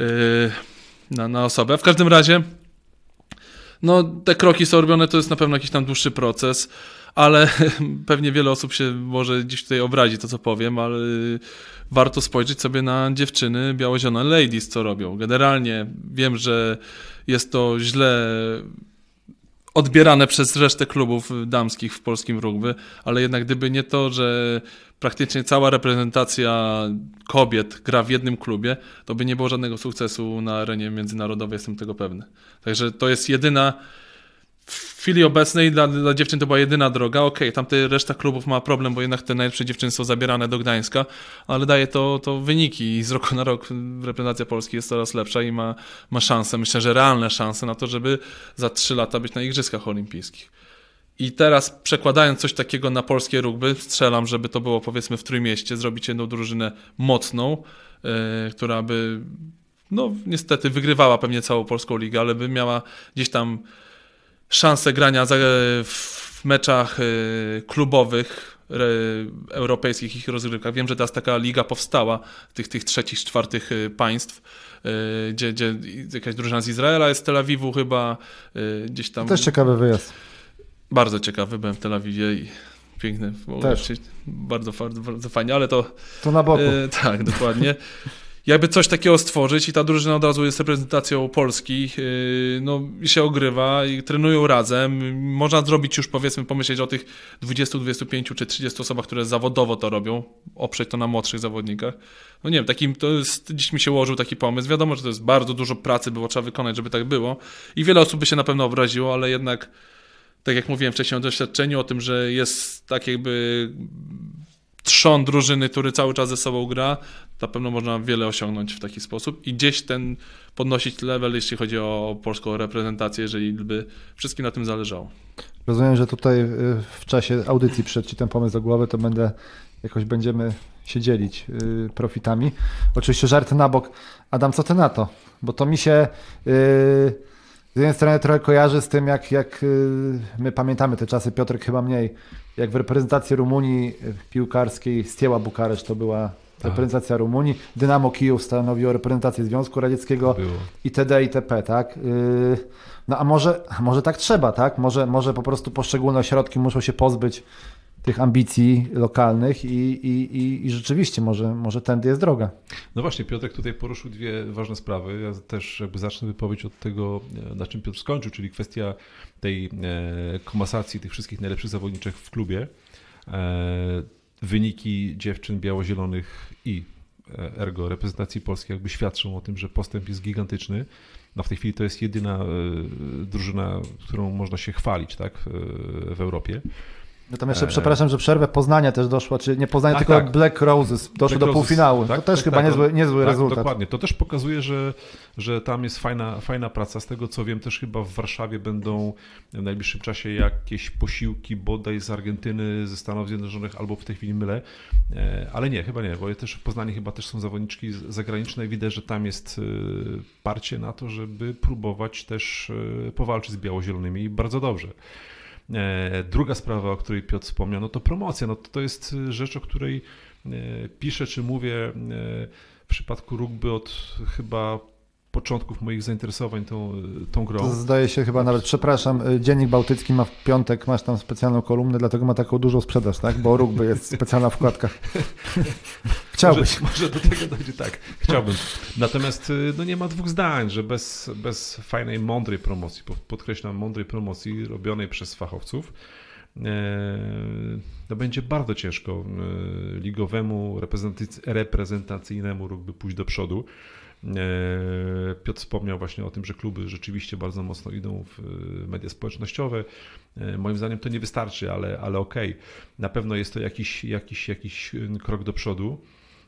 Speaker 2: na osobę. A w każdym razie, no te kroki są robione, to jest na pewno jakiś tam dłuższy proces, ale pewnie wiele osób się może gdzieś tutaj obrazi to, co powiem, ale warto spojrzeć sobie na dziewczyny biało-zielone ladies, co robią. Generalnie wiem, że jest to źle odbierane przez resztę klubów damskich w polskim rugby, ale jednak gdyby nie to, że praktycznie cała reprezentacja kobiet gra w jednym klubie, to by nie było żadnego sukcesu na arenie międzynarodowej, jestem tego pewny. Także to jest jedyna... W chwili obecnej dla dziewczyn to była jedyna droga. Okej, tamte reszta klubów ma problem, bo jednak te najlepsze dziewczyny są zabierane do Gdańska, ale daje to wyniki i z roku na rok reprezentacja Polski jest coraz lepsza i ma szansę, myślę, że realne szanse na to, żeby za 3 lata być na Igrzyskach Olimpijskich. I teraz przekładając coś takiego na polskie rugby, strzelam, żeby to było powiedzmy w Trójmieście, zrobić jedną drużynę mocną, która by no niestety wygrywała pewnie całą polską ligę, ale by miała gdzieś tam szansę grania w meczach klubowych, europejskich ich rozgrywkach. Wiem, że teraz taka liga powstała tych trzecich, czwartych państw, gdzie jakaś drużyna z Izraela jest z Tel Awiwu chyba gdzieś tam.
Speaker 1: To też ciekawy wyjazd.
Speaker 2: Bardzo ciekawy, byłem w Tel Awiwie i piękny. Bardzo fajnie, ale to
Speaker 1: na boku.
Speaker 2: Tak, dokładnie. Jakby coś takiego stworzyć i ta drużyna od razu jest reprezentacją Polski, no i się ogrywa i trenują razem. Można zrobić już powiedzmy, pomyśleć o tych 20, 25 czy 30 osobach, które zawodowo to robią, oprzeć to na młodszych zawodnikach. No nie wiem, dziś mi się ułożył taki pomysł. Wiadomo, że to jest bardzo dużo pracy, było trzeba wykonać, żeby tak było i wiele osób by się na pewno obraziło, ale jednak, tak jak mówiłem wcześniej o doświadczeniu, o tym, że jest tak jakby trzon drużyny, który cały czas ze sobą gra, na pewno można wiele osiągnąć w taki sposób i gdzieś podnosić level, jeśli chodzi o polską reprezentację, jeżeli by wszystkim na tym zależało.
Speaker 1: Rozumiem, że tutaj w czasie audycji przed ci ten pomysł do głowy, to jakoś będziemy się dzielić profitami. Oczywiście żarty na bok. Adam, co ty na to? Bo to mi się z jednej strony trochę kojarzy z tym, jak my pamiętamy te czasy, Piotrek chyba mniej, jak w reprezentacji Rumunii piłkarskiej Steaua Bukareszt to była reprezentacja Rumunii, Dynamo Kijów stanowiło reprezentację Związku Radzieckiego itd. itp. Tak? No a może tak trzeba, tak? Może po prostu poszczególne ośrodki muszą się pozbyć tych ambicji lokalnych i rzeczywiście może tędy jest droga.
Speaker 3: No właśnie, Piotrek tutaj poruszył dwie ważne sprawy. Ja też jakby zacznę wypowiedź od tego, na czym Piotr skończył, czyli kwestia tej komasacji tych wszystkich najlepszych zawodniczych w klubie. Wyniki dziewczyn biało-zielonych i ergo reprezentacji polskiej jakby świadczą o tym, że postęp jest gigantyczny. No w tej chwili to jest jedyna drużyna, którą można się chwalić, tak, w Europie.
Speaker 1: No tam jeszcze, przepraszam, że przerwę, Poznania też doszła, czy nie Poznania, tylko tak. Black Roses doszły do półfinału. Tak, to też chyba niezły rezultat.
Speaker 3: Dokładnie, to też pokazuje, że tam jest fajna praca. Z tego co wiem, też chyba w Warszawie będą w najbliższym czasie jakieś posiłki bodaj z Argentyny, ze Stanów Zjednoczonych, albo w tej chwili mylę, ale nie, chyba nie, bo też w Poznaniu chyba też są zawodniczki zagraniczne i widać, że tam jest parcie na to, żeby próbować też powalczyć z biało-zielonymi i bardzo dobrze. Druga sprawa, o której Piotr wspomniał, no to promocja. No to jest rzecz, o której piszę czy mówię w przypadku rugby od chyba początków moich zainteresowań tą grą.
Speaker 1: To zdaje się chyba nawet, przepraszam, Dziennik Bałtycki ma w piątek, masz tam specjalną kolumnę, dlatego ma taką dużą sprzedaż, tak? Bo rugby jest specjalna wkładka. Chciałbyś.
Speaker 3: Może do tego dojdzie, tak. Chciałbym. Natomiast no nie ma dwóch zdań, że bez fajnej, mądrej promocji, podkreślam, mądrej promocji robionej przez fachowców, to będzie bardzo ciężko ligowemu, reprezentacyjnemu rugby pójść do przodu. Piotr wspomniał właśnie o tym, że kluby rzeczywiście bardzo mocno idą w media społecznościowe. Moim zdaniem to nie wystarczy, ale okej. Na pewno jest to jakiś krok do przodu.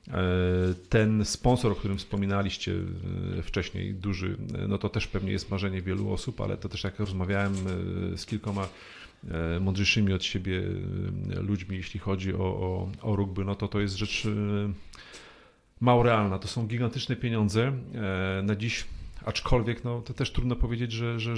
Speaker 3: Ten sponsor, o którym wspominaliście wcześniej, duży, no to też pewnie jest marzenie wielu osób, ale to też jak rozmawiałem z kilkoma mądrzejszymi od siebie ludźmi, jeśli chodzi o rugby, no to jest rzecz mało realna. To są gigantyczne pieniądze na dziś, aczkolwiek no, to też trudno powiedzieć,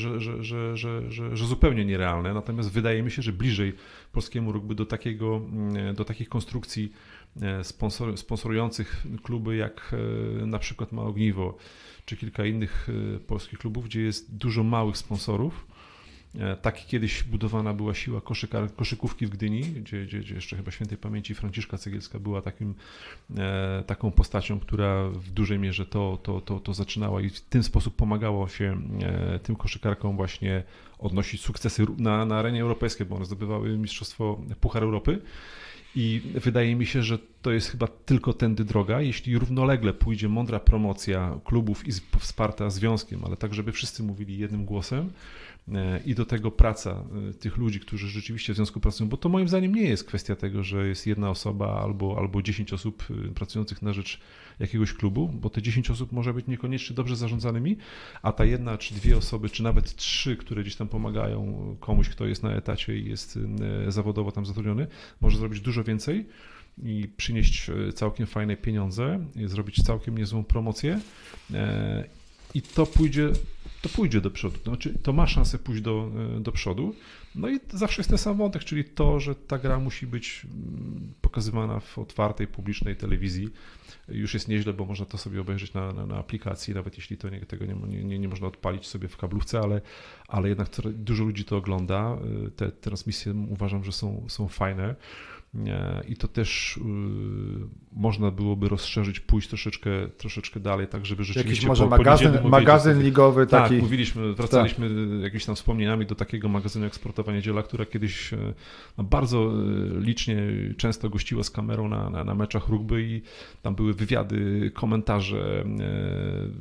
Speaker 3: że zupełnie nierealne. Natomiast wydaje mi się, że bliżej polskiemu rugby do takich konstrukcji sponsorujących kluby jak na przykład ma Ogniwo, czy kilka innych polskich klubów, gdzie jest dużo małych sponsorów. Tak kiedyś budowana była siła koszykówki w Gdyni, gdzie jeszcze chyba świętej pamięci Franciszka Cegielska była taką postacią, która w dużej mierze to zaczynała i w ten sposób pomagało się tym koszykarkom właśnie odnosić sukcesy na arenie europejskiej, bo one zdobywały mistrzostwo Puchar Europy. I wydaje mi się, że to jest chyba tylko tędy droga, jeśli równolegle pójdzie mądra promocja klubów i wsparta związkiem, ale tak, żeby wszyscy mówili jednym głosem i do tego praca tych ludzi, którzy rzeczywiście w związku pracują, bo to moim zdaniem nie jest kwestia tego, że jest jedna osoba albo 10 osób pracujących na rzecz jakiegoś klubu, bo te 10 osób może być niekoniecznie dobrze zarządzanymi, a ta jedna czy dwie osoby, czy nawet 3, które gdzieś tam pomagają komuś, kto jest na etacie i jest zawodowo tam zatrudniony, może zrobić dużo więcej i przynieść całkiem fajne pieniądze, zrobić całkiem niezłą promocję i to pójdzie do przodu, znaczy to ma szansę pójść do przodu. No i zawsze jest ten sam wątek, czyli to, że ta gra musi być pokazywana w otwartej, publicznej telewizji. Już jest nieźle, bo można to sobie obejrzeć na aplikacji, nawet jeśli tego nie można odpalić sobie w kablówce, ale jednak dużo ludzi to ogląda. Te transmisje uważam, że są fajne. I to też można byłoby rozszerzyć, pójść troszeczkę dalej, tak żeby rzeczywiście...
Speaker 1: Jakiś może magazyn ligowy taki...
Speaker 3: Tak, wracaliśmy jakimiś tam wspomnieniami do takiego magazynu jak Sportowa Niedziela, która kiedyś bardzo licznie, często gościła z kamerą na meczach rugby i tam były wywiady, komentarze,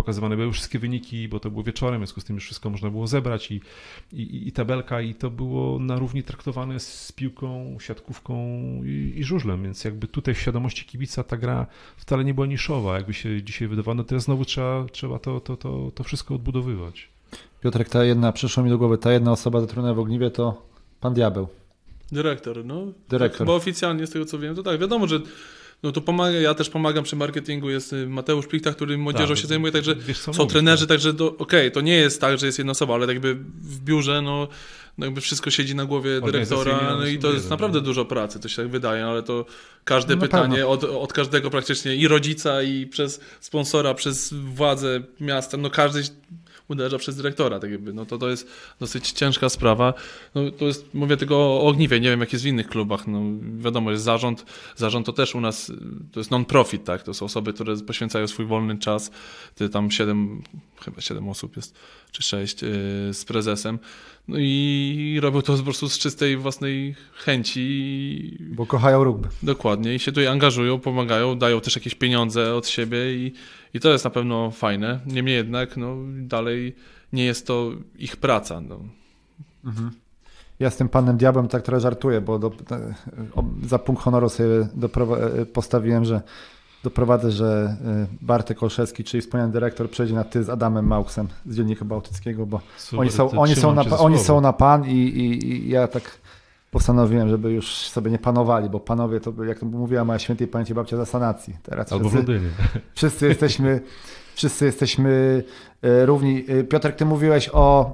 Speaker 3: pokazywane były wszystkie wyniki, bo to było wieczorem, w związku z tym już wszystko można było zebrać i tabelka, i to było na równi traktowane z piłką, siatkówką i żużlem, więc jakby tutaj w świadomości kibica ta gra wcale nie była niszowa, jakby się dzisiaj wydawano. Teraz znowu trzeba to wszystko odbudowywać.
Speaker 1: Piotrek, przyszło mi do głowy, ta jedna osoba zatrudniona w Ogniwie to pan Diabeł.
Speaker 2: Dyrektor, no.
Speaker 1: Dyrektor.
Speaker 2: Chyba oficjalnie, z tego co wiem, to tak, wiadomo, że no to ja też pomagam przy marketingu, jest Mateusz Plichta, który młodzieżą się zajmuje, także są trenerzy, także to nie jest tak, że jest jedna osoba, ale tak jakby w biurze, no jakby wszystko siedzi na głowie dyrektora, no i to jest naprawdę dużo pracy, to się tak wydaje, ale to każde pytanie od każdego praktycznie, i rodzica, i przez sponsora, przez władze miasta, no każdy uderza przez dyrektora, tak jakby, no to jest dosyć ciężka sprawa. No to jest, mówię tylko o Ogniwie, nie wiem jak jest w innych klubach, no wiadomo, jest zarząd to też u nas, to jest non-profit, tak, to są osoby, które poświęcają swój wolny czas, tam chyba 7 osób jest, czy 6 z prezesem, no i robią to po prostu z czystej własnej chęci.
Speaker 1: Bo kochają rugby.
Speaker 2: Dokładnie, i się tutaj angażują, pomagają, dają też jakieś pieniądze od siebie i to jest na pewno fajne. Niemniej jednak no, dalej nie jest to ich praca. No.
Speaker 1: Mhm. Ja z tym panem Diabłem tak trochę żartuję, bo za punkt honoru sobie postawiłem, że doprowadzę, że Bartek Olszewski, czyli wspomniany dyrektor, przejdzie na ty z Adamem Mauksem z Dziennika Bałtyckiego, bo
Speaker 3: super,
Speaker 1: oni są na pan i ja tak postanowiłem, żeby już sobie nie panowali, bo panowie to, jak to mówiła moja świętej pamięci babcia za sanacji. Teraz
Speaker 3: albo w Londynie.
Speaker 1: Wszyscy jesteśmy równi. Piotrek, ty mówiłeś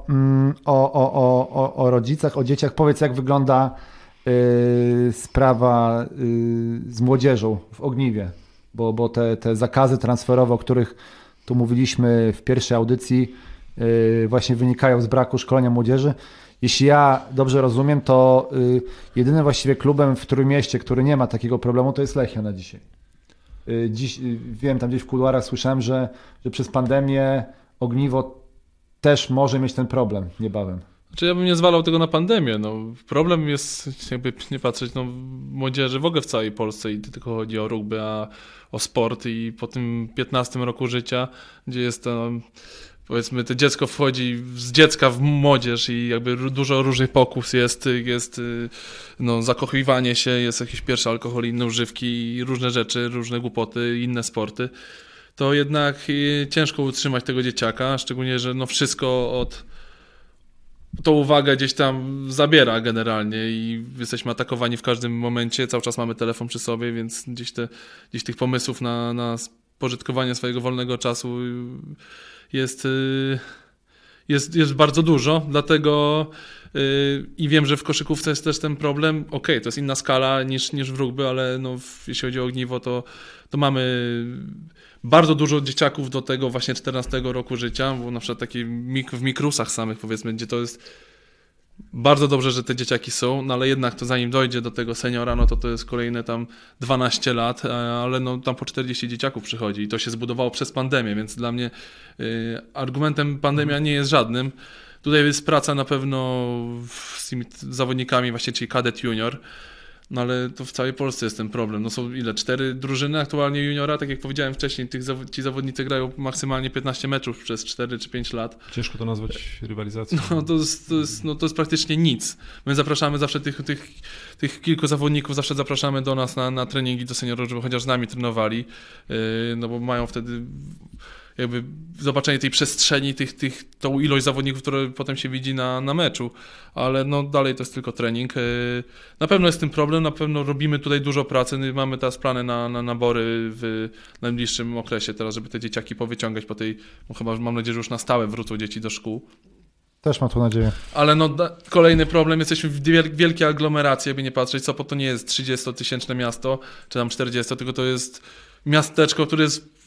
Speaker 1: o rodzicach, o dzieciach. Powiedz, jak wygląda sprawa z młodzieżą w Ogniwie, bo te zakazy transferowe, o których tu mówiliśmy w pierwszej audycji, właśnie wynikają z braku szkolenia młodzieży. Jeśli ja dobrze rozumiem, to jedynym właściwie klubem w Trójmieście, który nie ma takiego problemu, to jest Lechia na dzisiaj. Wiem, tam gdzieś w kuluarach słyszałem, że przez pandemię Ogniwo też może mieć ten problem niebawem.
Speaker 2: Znaczy ja bym nie zwalał tego na pandemię. No, problem jest, jakby nie patrzeć, no, młodzieży w ogóle w całej Polsce i tylko chodzi o rugby, a o sport, i po tym 15 roku życia, gdzie jest to, powiedzmy, to dziecko wchodzi z dziecka w młodzież i jakby dużo różnych pokus jest no, zakochiwanie się, jest jakieś pierwsze alkohol, inne używki i różne rzeczy, różne głupoty, inne sporty, to jednak ciężko utrzymać tego dzieciaka, szczególnie, że no wszystko tą uwagę gdzieś tam zabiera generalnie i jesteśmy atakowani w każdym momencie, cały czas mamy telefon przy sobie, więc gdzieś tych pomysłów na spożytkowanie swojego wolnego czasu jest bardzo dużo, dlatego i wiem, że w koszykówce jest też ten problem. Okej, to jest inna skala niż w rugby, ale no, jeśli chodzi o Ogniwo, to mamy bardzo dużo dzieciaków do tego właśnie 14 roku życia, bo na przykład takie w mikrusach samych, powiedzmy, gdzie to jest bardzo dobrze, że te dzieciaki są, no ale jednak to zanim dojdzie do tego seniora, no to jest kolejne tam 12 lat, ale no tam po 40 dzieciaków przychodzi i to się zbudowało przez pandemię, więc dla mnie argumentem pandemia nie jest żadnym. Tutaj jest praca na pewno z tymi zawodnikami właśnie, czyli kadet junior, no ale to w całej Polsce jest ten problem. No są 4 drużyny aktualnie juniora, tak jak powiedziałem wcześniej, ci zawodnicy grają maksymalnie 15 meczów przez 4 czy 5 lat.
Speaker 3: Ciężko to nazwać rywalizacją.
Speaker 2: No to jest praktycznie nic. My zapraszamy zawsze tych kilku zawodników, zawsze zapraszamy do nas na treningi do seniorów, żeby chociaż z nami trenowali, no bo mają wtedy jakby zobaczenie tej przestrzeni, tą ilość zawodników, które potem się widzi na meczu, ale no dalej to jest tylko trening. Na pewno jest z tym problem, na pewno robimy tutaj dużo pracy, mamy teraz plany na nabory w najbliższym okresie teraz, żeby te dzieciaki powyciągać po tej, bo chyba mam nadzieję, że już na stałe wrócą dzieci do szkół.
Speaker 1: Też mam tu nadzieję.
Speaker 2: Ale no kolejny problem, jesteśmy w wielkiej aglomeracji, jakby nie patrzeć, Sopot to nie jest 30-tysięczne miasto, czy tam 40, tylko to jest miasteczko, które jest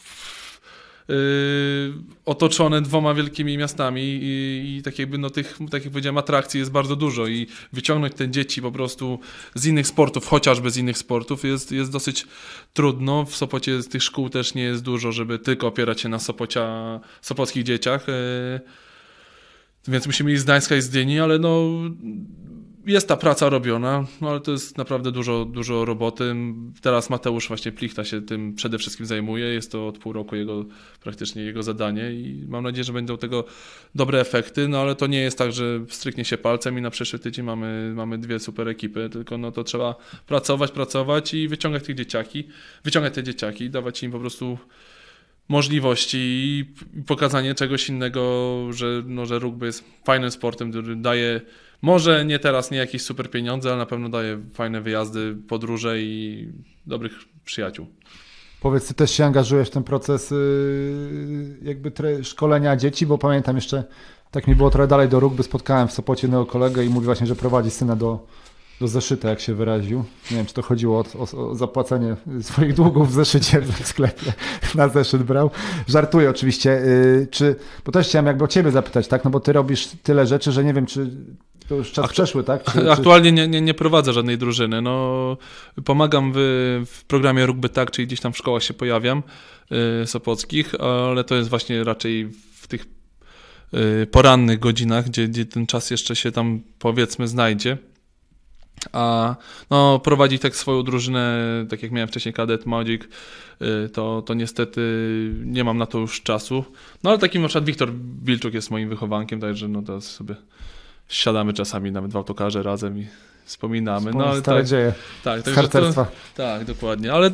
Speaker 2: otoczone 2 wielkimi miastami i tak jakby no tych, tak jak powiedziałem, atrakcji jest bardzo dużo i wyciągnąć te dzieci po prostu z innych sportów, chociażby z innych sportów jest dosyć trudno. W Sopocie tych szkół też nie jest dużo, żeby tylko opierać się na sopockich dzieciach, więc musimy iść z Gdańska i z Gdyni, ale no jest ta praca robiona, no ale to jest naprawdę dużo roboty. Teraz Mateusz właśnie Plichta się tym przede wszystkim zajmuje. Jest to od pół roku praktycznie jego zadanie i mam nadzieję, że będą tego dobre efekty, no ale to nie jest tak, że stryknie się palcem i na przyszły tydzień mamy 2 super ekipy, tylko no to trzeba pracować i wyciągać te dzieciaki i dawać im po prostu możliwości i pokazanie czegoś innego, że rugby jest fajnym sportem, który daje, może nie teraz, nie jakieś super pieniądze, ale na pewno daje fajne wyjazdy, podróże i dobrych przyjaciół.
Speaker 1: Powiedz, ty też się angażujesz w ten proces jakby szkolenia dzieci, bo pamiętam jeszcze, tak mi było trochę dalej do rugby, spotkałem w Sopocie jednego kolegę i mówi właśnie, że prowadzi syna do zeszyta, jak się wyraził. Nie wiem, czy to chodziło o zapłacenie swoich długów w zeszycie w sklepie. Na zeszyt brał. Żartuję oczywiście. Bo też chciałem jakby o ciebie zapytać, tak? No bo ty robisz tyle rzeczy, że nie wiem, czy to już czas przeszły, tak?
Speaker 2: Aktualnie nie prowadzę żadnej drużyny. No, pomagam w programie Rugby Tak, czyli gdzieś tam w szkołach się pojawiam sopockich, ale to jest właśnie raczej w tych porannych godzinach, gdzie ten czas jeszcze się tam, powiedzmy, znajdzie. A no, prowadzić tak swoją drużynę, tak jak miałem wcześniej kadet, młodzik, to niestety nie mam na to już czasu. No ale takim na przykład Wiktor Wilczuk jest moim wychowankiem, także no to sobie siadamy czasami nawet w autokarze razem i wspominamy. No ale
Speaker 1: stare dzieje.
Speaker 2: Tak,
Speaker 1: z harcerstwa.
Speaker 2: Tak, dokładnie. Ale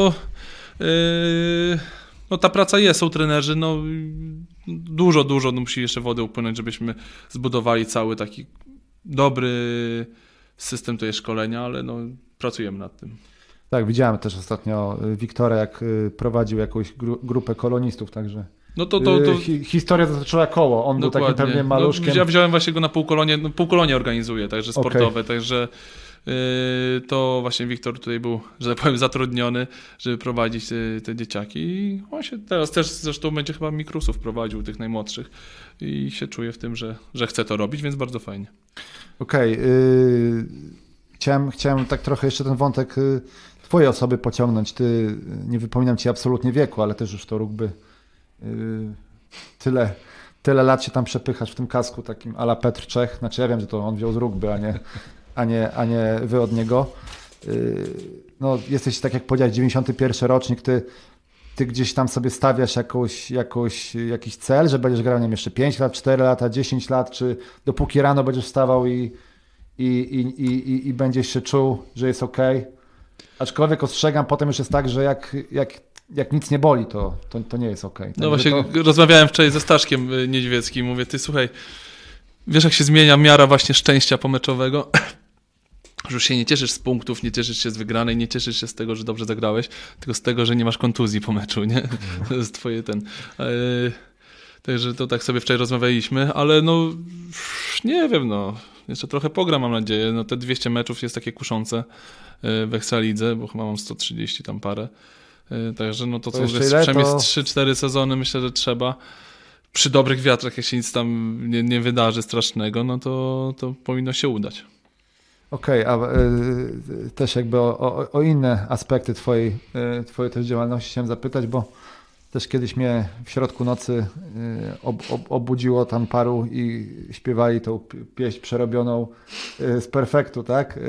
Speaker 2: no ta praca jest, są trenerzy, no dużo musi jeszcze wody upłynąć, żebyśmy zbudowali cały taki dobry system tutaj szkolenia, ale no, pracujemy nad tym.
Speaker 1: Tak, widziałem też ostatnio Wiktora, jak prowadził jakąś grupę kolonistów, także
Speaker 2: no to
Speaker 1: historia zatoczyła koło. On
Speaker 2: dokładnie.
Speaker 1: był takim pewnie maluszkiem.
Speaker 2: No, ja wziąłem właśnie go na półkolonie organizuje, także sportowe, także to właśnie Wiktor tutaj był, że tak powiem, zatrudniony, żeby prowadzić te dzieciaki i on się teraz też zresztą będzie chyba mikrusów prowadził, tych najmłodszych i się czuje w tym, że chce to robić, więc bardzo fajnie.
Speaker 1: Okej. Chciałem tak trochę jeszcze ten wątek twojej osoby pociągnąć. Ty, nie wypominam ci absolutnie wieku, ale też już to rugby tyle lat się tam przepychasz w tym kasku takim a la Petr Czech. Znaczy ja wiem, że to on wziął z rugby, a nie wy od niego. No, jesteś, tak jak powiedziałeś, 91 rocznik, ty gdzieś tam sobie stawiasz jakiś cel, że będziesz grał, nie wiem, jeszcze 5 lat, 4 lata, 10 lat, czy dopóki rano będziesz wstawał i będziesz się czuł, że jest okej. Aczkolwiek ostrzegam, potem już jest tak, że jak nic nie boli, to nie jest okej.
Speaker 2: No właśnie rozmawiałem wczoraj ze Staszkiem Niedźwieckim, mówię, ty słuchaj, wiesz jak się zmienia miara właśnie szczęścia pomeczowego? Że już się nie cieszysz z punktów, nie cieszysz się z wygranej, nie cieszysz się z tego, że dobrze zagrałeś, tylko z tego, że nie masz kontuzji po meczu, nie? To jest twoje Także to tak sobie wczoraj rozmawialiśmy, ale no nie wiem, no jeszcze trochę pogram, mam nadzieję. No te 200 meczów jest takie kuszące w Ekstralidze, bo chyba mam 130 tam parę. Także no to co jest przynajmniej 3-4 sezony, myślę, że trzeba. Przy dobrych wiatrach, jak się nic tam nie wydarzy strasznego, no to powinno się udać.
Speaker 1: Okej, a też jakby o inne aspekty twojej też działalności chciałem zapytać, bo też kiedyś mnie w środku nocy obudziło tam paru i śpiewali tą pieśń przerobioną z Perfektu, tak?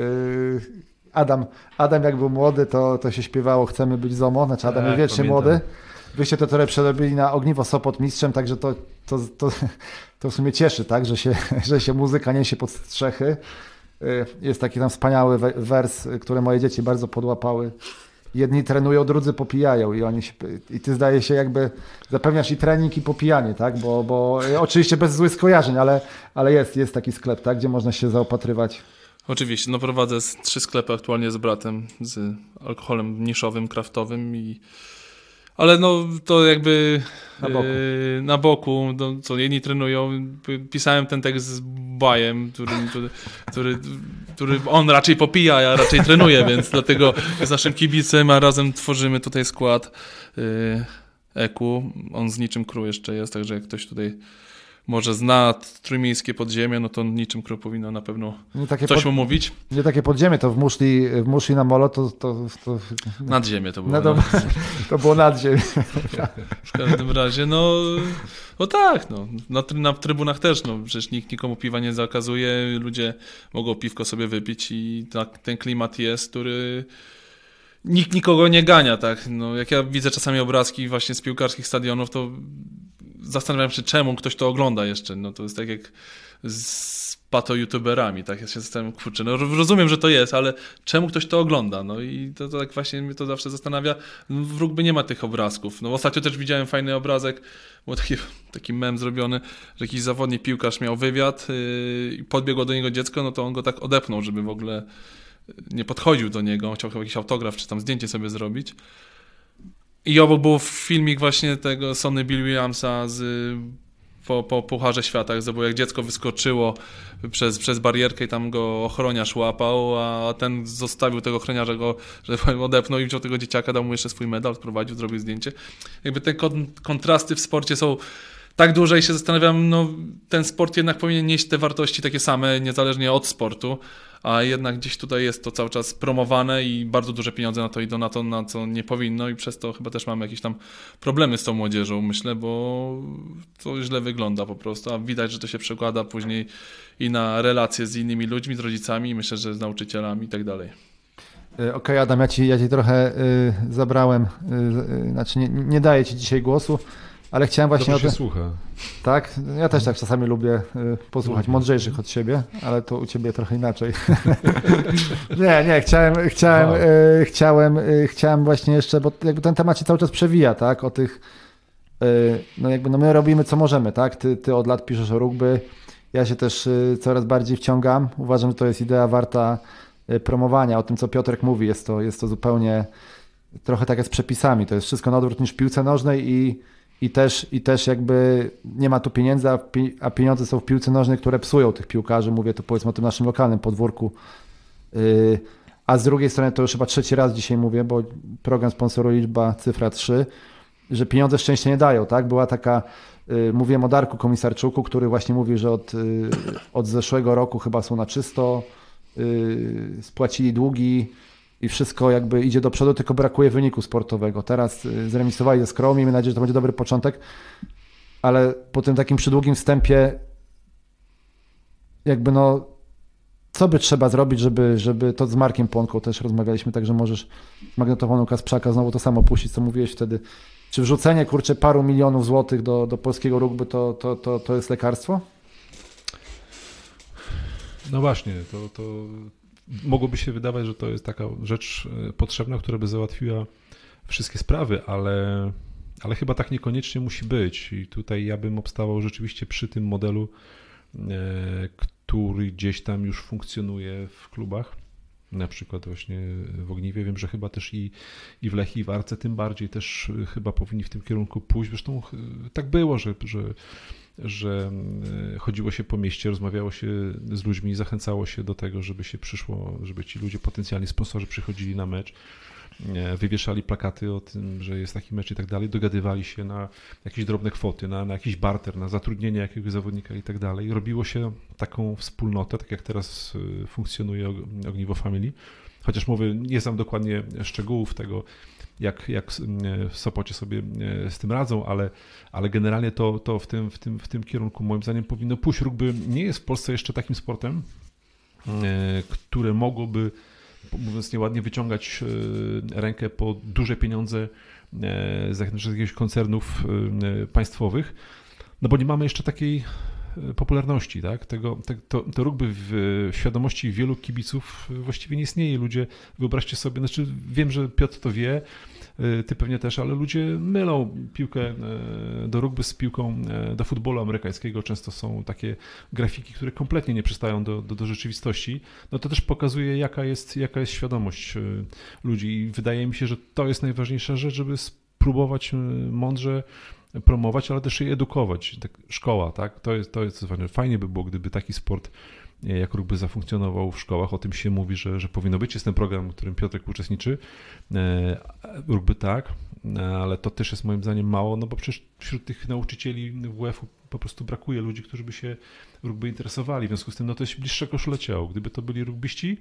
Speaker 1: Adam jak był młody, to się śpiewało Chcemy być ZOMO, znaczy Adam jest wiecznie młody. Wyście to trochę przerobili na Ogniwo Sopot mistrzem, także to w sumie cieszy, tak? Że się muzyka niesie pod strzechy. Jest taki tam wspaniały wers, który moje dzieci bardzo podłapały. Jedni trenują, drudzy popijają i ty zdaje się jakby zapewniasz i trening i popijanie, tak? Bo oczywiście bez złych skojarzeń, ale jest taki sklep, tak? Gdzie można się zaopatrywać.
Speaker 2: Oczywiście, no prowadzę 3 sklepy aktualnie z bratem, z alkoholem niszowym, kraftowym ale no to jakby na boku co jedni trenują, pisałem ten tekst z Bajem, który on raczej popija, ja raczej trenuję, więc dlatego z naszym kibicem, a razem tworzymy tutaj skład EKU, on z Niczym Crew jeszcze jest, także jak ktoś tutaj może zna trójmiejskie podziemie, no to Niczym Crew powinno na pewno coś mu mówić. Nie
Speaker 1: takie podziemie, to w muszli na molo to...
Speaker 2: Nadziemie to było.
Speaker 1: To było nadziemie.
Speaker 2: W każdym razie, no Bo tak, no, na trybunach też, no, przecież nikt nikomu piwa nie zakazuje, ludzie mogą piwko sobie wypić i tak, ten klimat jest, który nikt nikogo nie gania, tak, no, jak ja widzę czasami obrazki właśnie z piłkarskich stadionów, to zastanawiam się, czemu ktoś to ogląda jeszcze, no to jest tak jak z pato-youtuberami, tak, ja się zastanawiam, kurczę, no rozumiem, że to jest, ale czemu ktoś to ogląda, no i to tak właśnie mnie to zawsze zastanawia, no, w rugby nie ma tych obrazków, no ostatnio też widziałem fajny obrazek, był taki mem zrobiony, że jakiś zawodnik piłkarz miał wywiad i podbiegło do niego dziecko, no to on go tak odepnął, żeby w ogóle nie podchodził do niego, on chciał chyba jakiś autograf czy tam zdjęcie sobie zrobić. I obok był filmik właśnie tego Sonny Bill Williamsa po Pucharze Świata, jak dziecko wyskoczyło przez barierkę i tam go ochroniarz łapał, a ten zostawił tego ochroniarza, żeby odepnął i wziął tego dzieciaka, dał mu jeszcze swój medal, odprowadził, zrobił zdjęcie. Jakby te kontrasty w sporcie są tak duże i się zastanawiam, no ten sport jednak powinien nieść te wartości takie same, niezależnie od sportu, a jednak gdzieś tutaj jest to cały czas promowane i bardzo duże pieniądze na to idą, na co nie powinno i przez to chyba też mamy jakieś tam problemy z tą młodzieżą, myślę, bo to źle wygląda po prostu, a widać, że to się przekłada później i na relacje z innymi ludźmi, z rodzicami, myślę, że z nauczycielami i tak dalej.
Speaker 1: Okej, Adam, ja ci trochę zabrałem, znaczy nie daję ci dzisiaj głosu, ale chciałem właśnie
Speaker 3: Dobrze się słucha. Tak?
Speaker 1: Ja też tak czasami lubię posłuchać mądrzejszych od siebie, ale to u ciebie trochę inaczej. Nie, chciałem właśnie jeszcze, bo jakby ten temat się cały czas przewija, tak, o tych, no jakby no my robimy co możemy, tak, ty od lat piszesz o rugby, ja się też coraz bardziej wciągam, uważam, że to jest idea warta promowania, o tym co Piotrek mówi, jest to zupełnie trochę tak jak z przepisami, to jest wszystko na odwrót niż w piłce nożnej i też jakby nie ma tu pieniędzy, a pieniądze są w piłce nożnej, które psują tych piłkarzy. Mówię tu powiedzmy o tym naszym lokalnym podwórku. A z drugiej strony to już chyba trzeci raz dzisiaj mówię, bo program sponsoruje liczba cyfra 3, że pieniądze szczęście nie dają. Tak? Była taka, mówiłem o Darku Komisarczuku, który właśnie mówił, że od zeszłego roku chyba są na czysto, spłacili długi, i wszystko jakby idzie do przodu, tylko brakuje wyniku sportowego. Teraz zremisowali ze Skrą, miejmy nadzieję, że to będzie dobry początek, ale po tym takim przydługim wstępie jakby no co by trzeba zrobić, żeby to z Markiem Płonką też rozmawialiśmy, także możesz magnetofonu Kasprzaka znowu to samo puścić, co mówiłeś wtedy. Czy wrzucenie, kurczę, paru milionów złotych do polskiego rugby to jest lekarstwo?
Speaker 3: No właśnie, to mogłoby się wydawać, że to jest taka rzecz potrzebna, która by załatwiła wszystkie sprawy, ale chyba tak niekoniecznie musi być. I tutaj ja bym obstawał rzeczywiście przy tym modelu, który gdzieś tam już funkcjonuje w klubach. Na przykład właśnie w Ogniwie. Wiem, że chyba też i w Lechii, i w Arce tym bardziej też chyba powinni w tym kierunku pójść. Zresztą tak było, że chodziło się po mieście, rozmawiało się z ludźmi, zachęcało się do tego, żeby się przyszło, żeby ci ludzie, potencjalni sponsorzy przychodzili na mecz, wywieszali plakaty o tym, że jest taki mecz i tak dalej, dogadywali się na jakieś drobne kwoty, na jakiś barter, na zatrudnienie jakiegoś zawodnika i tak dalej. Robiło się taką wspólnotę, tak jak teraz funkcjonuje Ogniwo Family, chociaż nie znam dokładnie szczegółów tego, jak w Sopocie sobie z tym radzą, ale generalnie to w tym kierunku moim zdaniem powinno pójść. Rugby nie jest w Polsce jeszcze takim sportem, które mogłoby, mówiąc nieładnie, wyciągać rękę po duże pieniądze z jakiegoś koncernów państwowych, no bo nie mamy jeszcze takiej popularności, tak? To rugby w świadomości wielu kibiców właściwie nie istnieje. Ludzie, wyobraźcie sobie, znaczy wiem, że Piotr to wie, ty pewnie też, ale ludzie mylą piłkę do rugby z piłką do futbolu amerykańskiego. Często są takie grafiki, które kompletnie nie przystają do rzeczywistości. No to też pokazuje, jaka jest świadomość ludzi i wydaje mi się, że to jest najważniejsza rzecz, żeby spróbować mądrze promować, ale też i edukować. Tak, szkoła, tak? To jest ważne. Fajnie by było, gdyby taki sport jak rugby zafunkcjonował w szkołach. O tym się mówi, że powinno być. Jest ten program, w którym Piotrek uczestniczy. Rugby tak, ale to też jest moim zdaniem mało, no bo przecież wśród tych nauczycieli WF-u po prostu brakuje ludzi, którzy by się rugby interesowali. W związku z tym no to jest bliższe koszule ciał. Gdyby to byli rugbyści,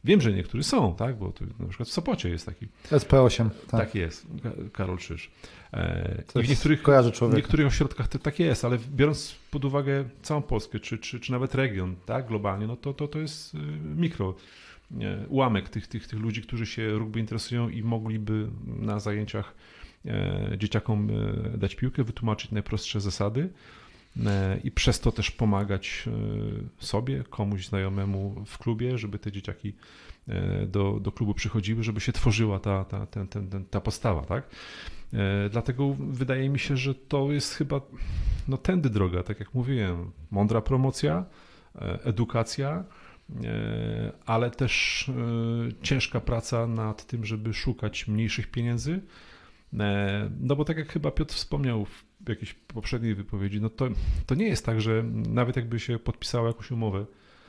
Speaker 3: Wiem, że niektórzy są, tak, bo tu na przykład w Sopocie jest taki.
Speaker 1: SP8.
Speaker 3: Tak jest, Karol Krzyż.
Speaker 1: I
Speaker 3: w niektórych ośrodkach tak jest, ale biorąc pod uwagę całą Polskę, czy nawet region, tak, globalnie, no to jest mikro ułamek tych ludzi, którzy się rugby interesują i mogliby na zajęciach dzieciakom dać piłkę, wytłumaczyć najprostsze zasady i przez to też pomagać sobie, komuś znajomemu w klubie, żeby te dzieciaki do klubu przychodziły, żeby się tworzyła ta postawa, tak? Dlatego wydaje mi się, że to jest chyba tędy droga, tak jak mówiłem, mądra promocja, edukacja, ale też ciężka praca nad tym, żeby szukać mniejszych pieniędzy. No bo tak jak chyba Piotr wspomniał w jakiejś poprzedniej wypowiedzi, no to nie jest tak, że nawet jakby się podpisało jakąś umowę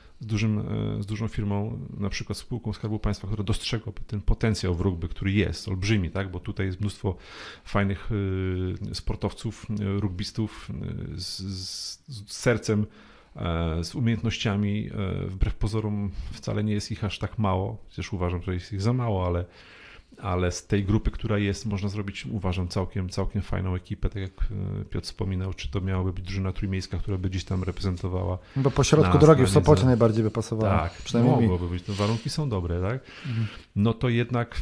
Speaker 3: z dużą firmą, na przykład spółką Skarbu Państwa, która dostrzegłaby ten potencjał w rugby, który jest olbrzymi, tak? Bo tutaj jest mnóstwo fajnych sportowców, rugbystów z sercem, z umiejętnościami. Wbrew pozorom wcale nie jest ich aż tak mało, chociaż uważam, że jest ich za mało, ale z tej grupy, która jest, można zrobić, uważam, całkiem fajną ekipę, tak jak Piotr wspominał, czy to miałaby być drużyna trójmiejska, która by gdzieś tam reprezentowała.
Speaker 1: Bo po środku drogi w Sopocie najbardziej by pasowała.
Speaker 3: Tak, przynajmniej mogłoby być. Warunki są dobre, tak? No to jednak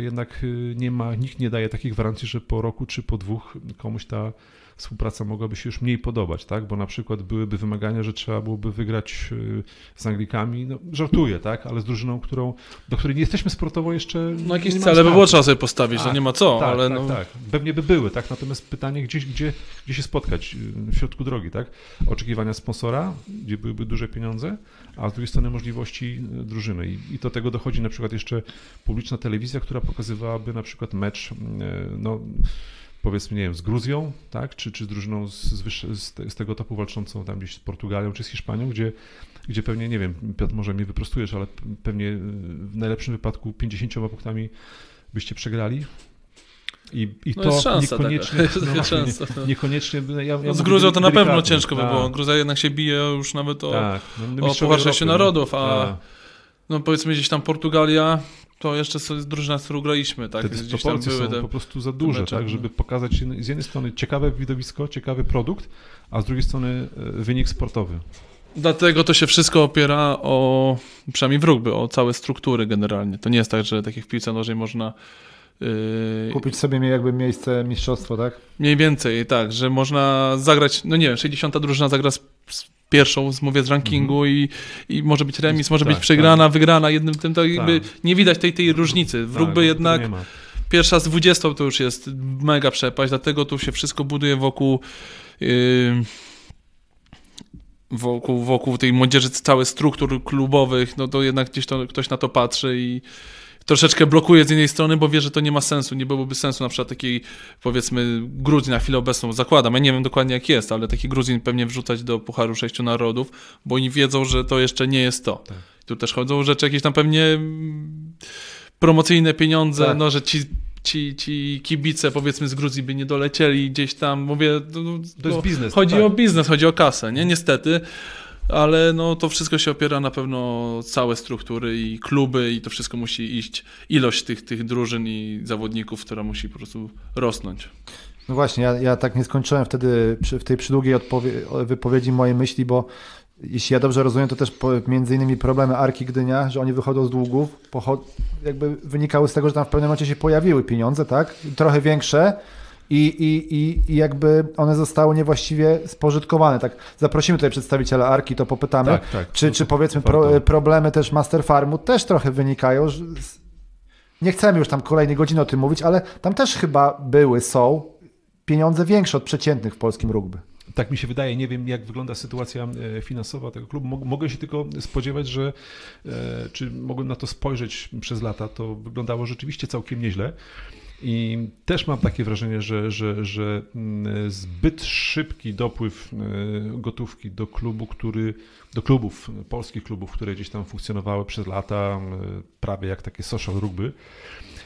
Speaker 3: nikt nie daje takich gwarancji, że po roku czy po dwóch komuś ta współpraca mogłaby się już mniej podobać, tak? Bo na przykład byłyby wymagania, że trzeba byłoby wygrać z Anglikami, no żartuję, tak? Ale z drużyną, do której nie jesteśmy sportowo jeszcze...
Speaker 2: No jakieś cele by było trzeba sobie postawić, to nie ma co,
Speaker 3: tak,
Speaker 2: ale...
Speaker 3: Tak. Pewnie by były, tak? Natomiast pytanie, gdzie się spotkać w środku drogi, tak? Oczekiwania sponsora, gdzie byłyby duże pieniądze, a z drugiej strony możliwości drużyny. I do tego dochodzi na przykład jeszcze publiczna telewizja, która pokazywałaby na przykład mecz, powiedzmy, nie wiem, z Gruzją, tak? Czy z drużyną z tego topu walczącą tam gdzieś z Portugalią czy z Hiszpanią, gdzie pewnie, nie wiem, Piotr, może mnie wyprostujesz, ale pewnie w najlepszym wypadku 50 punktami byście przegrali. I to
Speaker 2: szansa
Speaker 3: niekoniecznie. Niekoniecznie.
Speaker 2: Z Gruzją to na pewno ciężko by było. Gruzja jednak się bije już nawet o Puchar Sześciu Narodów, no powiedzmy gdzieś tam Portugalia. To jeszcze jest drużyna, z którą graliśmy, tak?
Speaker 3: Te dysproporcje są po prostu za duże, tak? Żeby pokazać z jednej strony ciekawe widowisko, ciekawy produkt, a z drugiej strony wynik sportowy.
Speaker 2: Dlatego to się wszystko opiera przynajmniej w rugby, o całe struktury generalnie. To nie jest tak, że tak jak w piłce nożnej można...
Speaker 1: kupić sobie jakby miejsce mistrzostwo, tak?
Speaker 2: Mniej więcej, tak, że można zagrać, no nie wiem, 60 drużyna zagra z pierwszą, mówię, z rankingu i może być remis, może być przegrana, wygrana, jednym tym, to jakby nie widać tej różnicy. W rugby jednak pierwsza z 20 to już jest mega przepaść, dlatego tu się wszystko buduje wokół tej młodzieży, całych struktur klubowych, no to jednak gdzieś ktoś na to patrzy i troszeczkę blokuje z jednej strony, bo wie, że to nie ma sensu, nie byłoby sensu na przykład takiej, powiedzmy, Gruzji na chwilę obecną, zakładam, ja nie wiem dokładnie jak jest, ale taki Gruzin pewnie wrzucać do Pucharu Sześciu Narodów, bo oni wiedzą, że to jeszcze nie jest to. Tak. Tu też chodzą rzeczy jakieś tam pewnie promocyjne pieniądze, tak. No, że ci kibice, powiedzmy, z Gruzji by nie dolecieli gdzieś tam, mówię,
Speaker 3: to jest biznes.
Speaker 2: Chodzi o biznes, chodzi o kasę, nie? Niestety. Ale no to wszystko się opiera na pewno całe struktury i kluby i to wszystko musi iść, ilość tych drużyn i zawodników, która musi po prostu rosnąć.
Speaker 1: No właśnie, ja tak nie skończyłem wtedy w tej przydługiej wypowiedzi mojej myśli, bo jeśli ja dobrze rozumiem, to też między innymi problemy Arki Gdynia, że oni wychodzą z długów, jakby wynikały z tego, że tam w pewnym momencie się pojawiły pieniądze, tak? Trochę większe. I jakby one zostały niewłaściwie spożytkowane. Tak, zaprosimy tutaj przedstawiciela Arki, to popytamy,
Speaker 3: tak,
Speaker 1: czy powiedzmy problemy też Master Farmu też trochę wynikają. Nie chcemy już tam kolejnej godziny o tym mówić, ale tam też chyba są pieniądze większe od przeciętnych w polskim rugby.
Speaker 3: Tak mi się wydaje, nie wiem jak wygląda sytuacja finansowa tego klubu. Mogę się tylko spodziewać, że czy mogłem na to spojrzeć przez lata, to wyglądało rzeczywiście całkiem nieźle. I też mam takie wrażenie, że zbyt szybki dopływ gotówki do klubów, polskich klubów, które gdzieś tam funkcjonowały przez lata, prawie jak takie social rugby,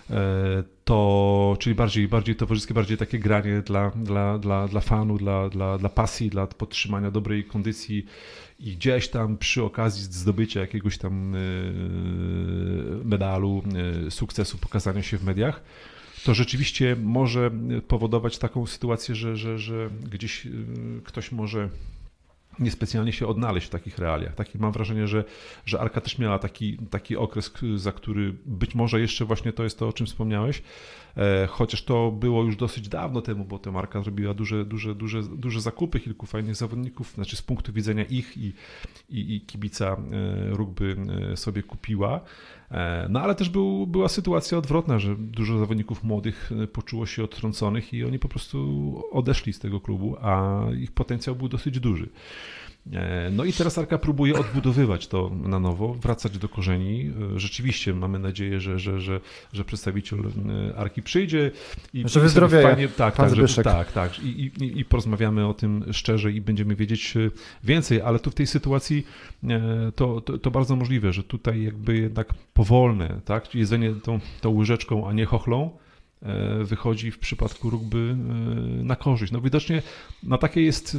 Speaker 3: czyli bardziej towarzyskie, bardziej takie granie dla fanu, dla pasji, dla podtrzymania dobrej kondycji i gdzieś tam przy okazji zdobycia jakiegoś tam medalu, sukcesu, pokazania się w mediach, to rzeczywiście może powodować taką sytuację, że gdzieś ktoś może niespecjalnie się odnaleźć w takich realiach. Mam wrażenie, że Arka też miała taki okres, za który być może jeszcze właśnie to jest to, o czym wspomniałeś, chociaż to było już dosyć dawno temu, bo ta Arka zrobiła duże zakupy, kilku fajnych zawodników, znaczy z punktu widzenia ich i kibica rugby sobie kupiła. No ale też była sytuacja odwrotna, że dużo zawodników młodych poczuło się odtrąconych i oni po prostu odeszli z tego klubu, a ich potencjał był dosyć duży. No i teraz Arka próbuje odbudowywać to na nowo, wracać do korzeni. Rzeczywiście mamy nadzieję, że przedstawiciel Arki przyjdzie i
Speaker 1: że wyzdrowieje.
Speaker 3: Fajnie, tak. I porozmawiamy o tym szczerze i będziemy wiedzieć więcej, ale tu w tej sytuacji to bardzo możliwe, że tutaj jakby jednak powolne, tak, jedzenie tą łyżeczką, a nie chochlą wychodzi w przypadku rugby na korzyść. No widocznie taka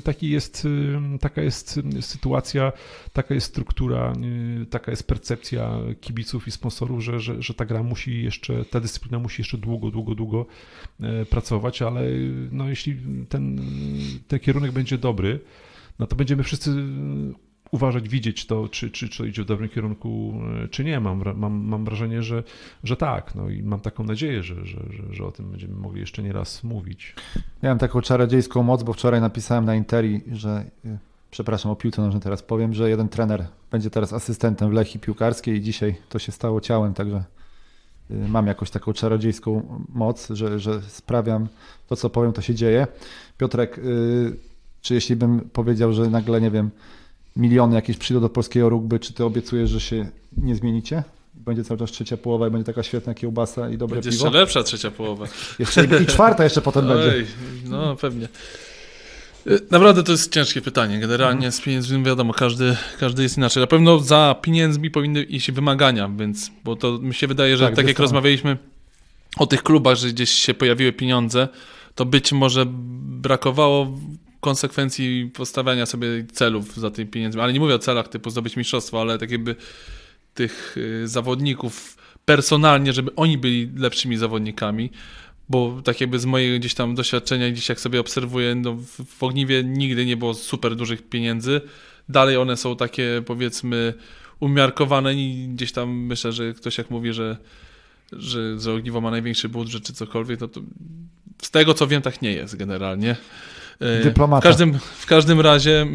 Speaker 3: jest sytuacja, taka jest struktura, taka jest percepcja kibiców i sponsorów, że ta gra musi jeszcze, ta dyscyplina musi jeszcze długo pracować, ale no jeśli ten kierunek będzie dobry, no to będziemy wszyscy uważać, widzieć to, czy to idzie w dobrym kierunku, czy nie. Mam wrażenie, że tak. No i mam taką nadzieję, że o tym będziemy mogli jeszcze nie raz mówić.
Speaker 1: Ja mam taką czarodziejską moc, bo wczoraj napisałem na Interi, że, przepraszam, o piłce nożnej teraz powiem, że jeden trener będzie teraz asystentem w Lechii Piłkarskiej i dzisiaj to się stało ciałem, także mam jakąś taką czarodziejską moc, że sprawiam to, co powiem, to się dzieje. Piotrek, czy jeśli bym powiedział, że nagle, nie wiem, miliony jakieś przyjdą do polskiego rugby, czy ty obiecujesz, że się nie zmienicie? Będzie cały czas trzecia połowa i będzie taka świetna kiełbasa i dobre
Speaker 2: będzie
Speaker 1: piwo?
Speaker 2: Będzie jeszcze lepsza trzecia połowa.
Speaker 1: Jeszcze i czwarta jeszcze potem będzie.
Speaker 2: No pewnie. Naprawdę to jest ciężkie pytanie. Generalnie z pieniędzmi wiadomo, każdy jest inaczej. Na pewno za pieniędzmi powinny iść wymagania, więc, bo to mi się wydaje, że tak jak rozmawialiśmy o tych klubach, że gdzieś się pojawiły pieniądze, to być może brakowało konsekwencji postawiania sobie celów za tymi pieniędzmi. Ale nie mówię o celach typu zdobyć mistrzostwo, ale tak jakby tych zawodników personalnie, żeby oni byli lepszymi zawodnikami, bo tak jakby z mojego gdzieś tam doświadczenia, gdzieś jak sobie obserwuję, no w Ogniwie nigdy nie było super dużych pieniędzy. Dalej one są takie, powiedzmy, umiarkowane i gdzieś tam myślę, że ktoś jak mówi, że Ogniwo ma największy budżet czy cokolwiek, to z tego co wiem, tak nie jest generalnie.
Speaker 1: Dyplomata.
Speaker 2: W każdym razie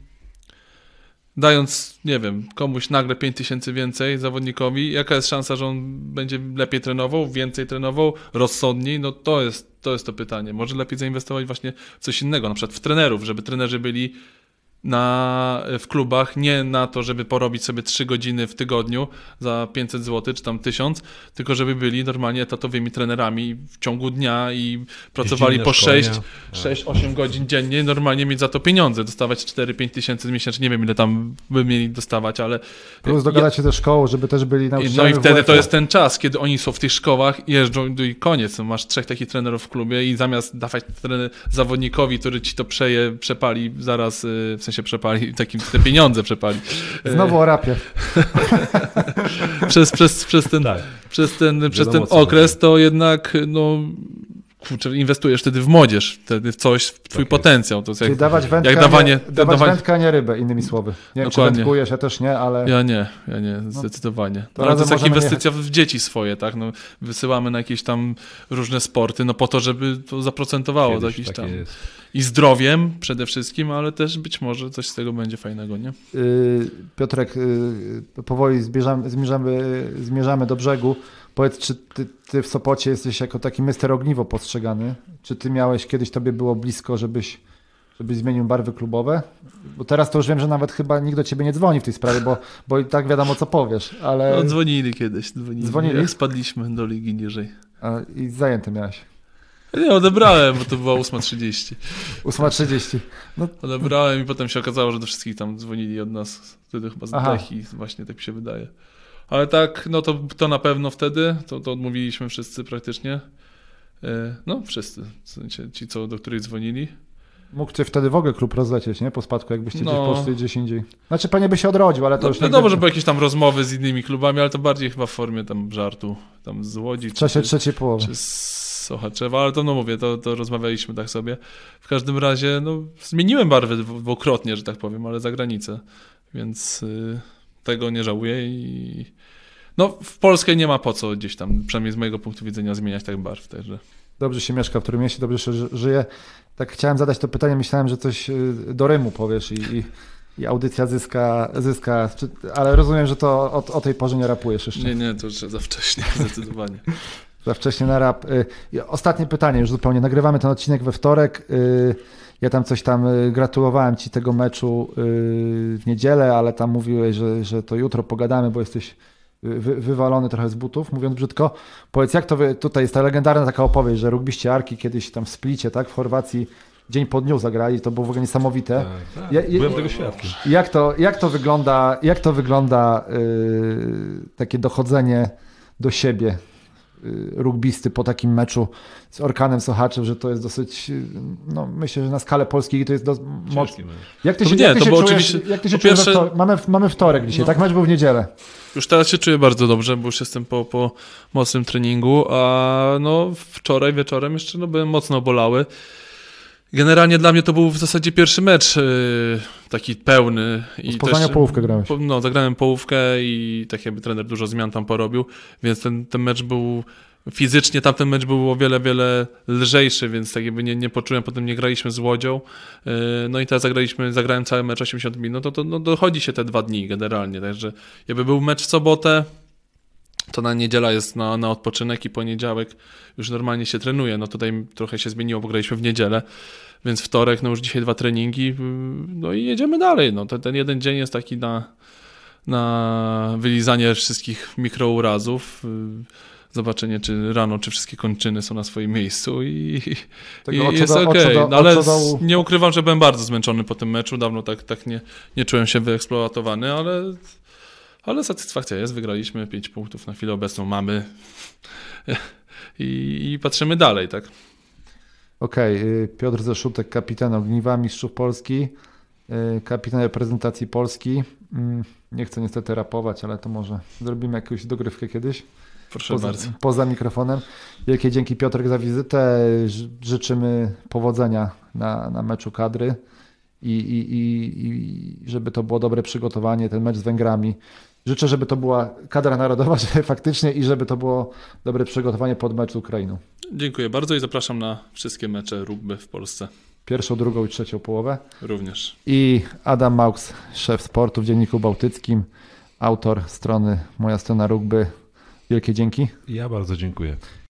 Speaker 2: dając, nie wiem, komuś nagle 5000 więcej zawodnikowi, jaka jest szansa, że on będzie lepiej trenował, więcej trenował, rozsądniej? No to jest to pytanie. Może lepiej zainwestować właśnie w coś innego, na przykład w trenerów, żeby trenerzy byli w klubach, nie na to, żeby porobić sobie 3 godziny w tygodniu za 500 zł czy tam 1000, tylko żeby byli normalnie etatowymi trenerami w ciągu dnia i pracowali po 6-8 godzin dziennie, normalnie mieć za to pieniądze, dostawać 4-5 tysięcy miesięcznie, nie wiem ile tam by mieli dostawać, ale...
Speaker 1: Plus dogadać się ze szkołą, żeby też byli nauczycielami.
Speaker 2: No i wtedy to jest ten czas, kiedy oni są w tych szkołach, jeżdżą i koniec, masz 3 takich trenerów w klubie i zamiast dawać zawodnikowi, który ci to przepali zaraz, w sensie przepali, te pieniądze przepali.
Speaker 1: Znowu o rapie.
Speaker 2: Przez ten okres to jednak, no kurczę, inwestujesz wtedy w młodzież, wtedy w coś, w twój potencjał. To jest
Speaker 1: czyli dawać wędkę, a nie rybę, innymi słowy. Nie wiem, czy wędkujesz, ja też nie, ale...
Speaker 2: Ja nie, zdecydowanie. No, ale to jest jak inwestycja w dzieci swoje, tak? No, wysyłamy na jakieś tam różne sporty, no po to, żeby to zaprocentowało do jakiś tam... Jest. I zdrowiem przede wszystkim, ale też być może coś z tego będzie fajnego, nie?
Speaker 1: Piotrek, powoli zmierzamy do brzegu. Powiedz, czy ty w Sopocie jesteś jako taki Mister Ogniwo postrzegany? Czy ty miałeś, kiedyś tobie było blisko, żebyś zmienił barwy klubowe? Bo teraz to już wiem, że nawet chyba nikt do ciebie nie dzwoni w tej sprawie, bo i tak wiadomo, co powiesz, ale...
Speaker 2: No dzwonili kiedyś, jak spadliśmy do ligi niżej.
Speaker 1: I zajęty miałeś?
Speaker 2: Nie, odebrałem, bo to była 8:30.
Speaker 1: 8:30. No.
Speaker 2: Odebrałem i potem się okazało, że do wszystkich tam dzwonili od nas. Wtedy chyba z Lechii, właśnie tak mi się wydaje. Ale tak, no to na pewno wtedy, to odmówiliśmy wszyscy praktycznie. No wszyscy, w sensie ci, do których dzwonili.
Speaker 1: Mógł cię wtedy w ogóle klub rozlecieć, nie? Po spadku, jakbyście gdzieś poszli gdzieś indziej. Znaczy pewnie by się odrodził, ale to już...
Speaker 2: Wiadomo, że były jakieś tam rozmowy z innymi klubami, ale to bardziej chyba w formie tam żartu, tam z Łodzi.
Speaker 1: W czasie trzeciej połowy.
Speaker 2: Czy z Sochaczewa, ale to no mówię, to rozmawialiśmy tak sobie. W każdym razie, no zmieniłem barwy dwukrotnie, że tak powiem, ale za granicę, więc tego nie żałuję i... No w Polsce nie ma po co gdzieś tam, przynajmniej z mojego punktu widzenia, zmieniać tak barw, także...
Speaker 1: Dobrze się mieszka w którym mieście, dobrze się żyje. Tak chciałem zadać to pytanie, myślałem, że coś do Rymu powiesz i audycja zyska, ale rozumiem, że to o tej porze nie rapujesz jeszcze.
Speaker 2: Nie, to już za wcześnie, zdecydowanie.
Speaker 1: Za wcześnie na rap. Ostatnie pytanie już zupełnie. Nagrywamy ten odcinek we wtorek. Ja tam coś gratulowałem ci tego meczu w niedzielę, ale tam mówiłeś, że to jutro pogadamy, bo jesteś wywalony trochę z butów, mówiąc brzydko. Powiedz, jak to tutaj jest ta legendarna taka opowieść, że rugbiści Arki kiedyś tam w Splicie, tak, w Chorwacji dzień po dniu zagrali, to było w ogóle niesamowite.
Speaker 3: Tak. Byłem tego świadkiem.
Speaker 1: Jak to wygląda takie dochodzenie do siebie rugbisty po takim meczu z Orkanem Sochaczew, że to jest dosyć, no myślę, że na skalę polskiej to jest mocno. Jak ty się czujesz? Mamy wtorek dzisiaj, tak? Mecz był w niedzielę.
Speaker 2: Już teraz się czuję bardzo dobrze, bo już jestem po mocnym treningu, a no wczoraj wieczorem jeszcze byłem mocno bolały. Generalnie dla mnie to był w zasadzie pierwszy mecz taki pełny.
Speaker 1: Z Poznania połówkę grałeś.
Speaker 2: No, zagrałem połówkę i tak jakby trener dużo zmian tam porobił, więc ten mecz był fizycznie, tamten mecz był o wiele, wiele lżejszy, więc tak jakby nie poczułem, potem nie graliśmy z Łodzią. No i teraz zagrałem cały mecz 80 minut, to dochodzi się te 2 dni generalnie, także jakby był mecz w sobotę, to na niedziela jest na odpoczynek i poniedziałek już normalnie się trenuje. No tutaj trochę się zmieniło, bo graliśmy w niedzielę, więc wtorek, no już dzisiaj 2 treningi, no i jedziemy dalej. No ten jeden dzień jest taki na wylizanie wszystkich mikrourazów, zobaczenie czy rano, czy wszystkie kończyny są na swoim miejscu i jest okej. No, ale nie ukrywam, że byłem bardzo zmęczony po tym meczu, dawno tak nie czułem się wyeksploatowany, ale satysfakcja jest, wygraliśmy 5 punktów na chwilę obecną mamy i patrzymy dalej, tak?
Speaker 1: Okej. Piotr Zeszutek, kapitan Ogniwa, mistrzów Polski, kapitan reprezentacji Polski. Nie chcę niestety rapować, ale to może zrobimy jakąś dogrywkę kiedyś.
Speaker 2: Proszę bardzo.
Speaker 1: Poza mikrofonem. Wielkie dzięki, Piotrek, za wizytę. Życzymy powodzenia na meczu kadry i żeby to było dobre przygotowanie, ten mecz z Węgrami. Życzę, żeby to była kadra narodowa, że faktycznie i żeby to było dobre przygotowanie pod mecz z Ukrainą.
Speaker 2: Dziękuję bardzo i zapraszam na wszystkie mecze rugby w Polsce.
Speaker 1: 1., 2. i 3. połowę.
Speaker 2: Również.
Speaker 1: I Adam Maux, szef sportu w Dzienniku Bałtyckim, autor strony Moja Strona Rugby. Wielkie dzięki.
Speaker 3: Ja bardzo dziękuję.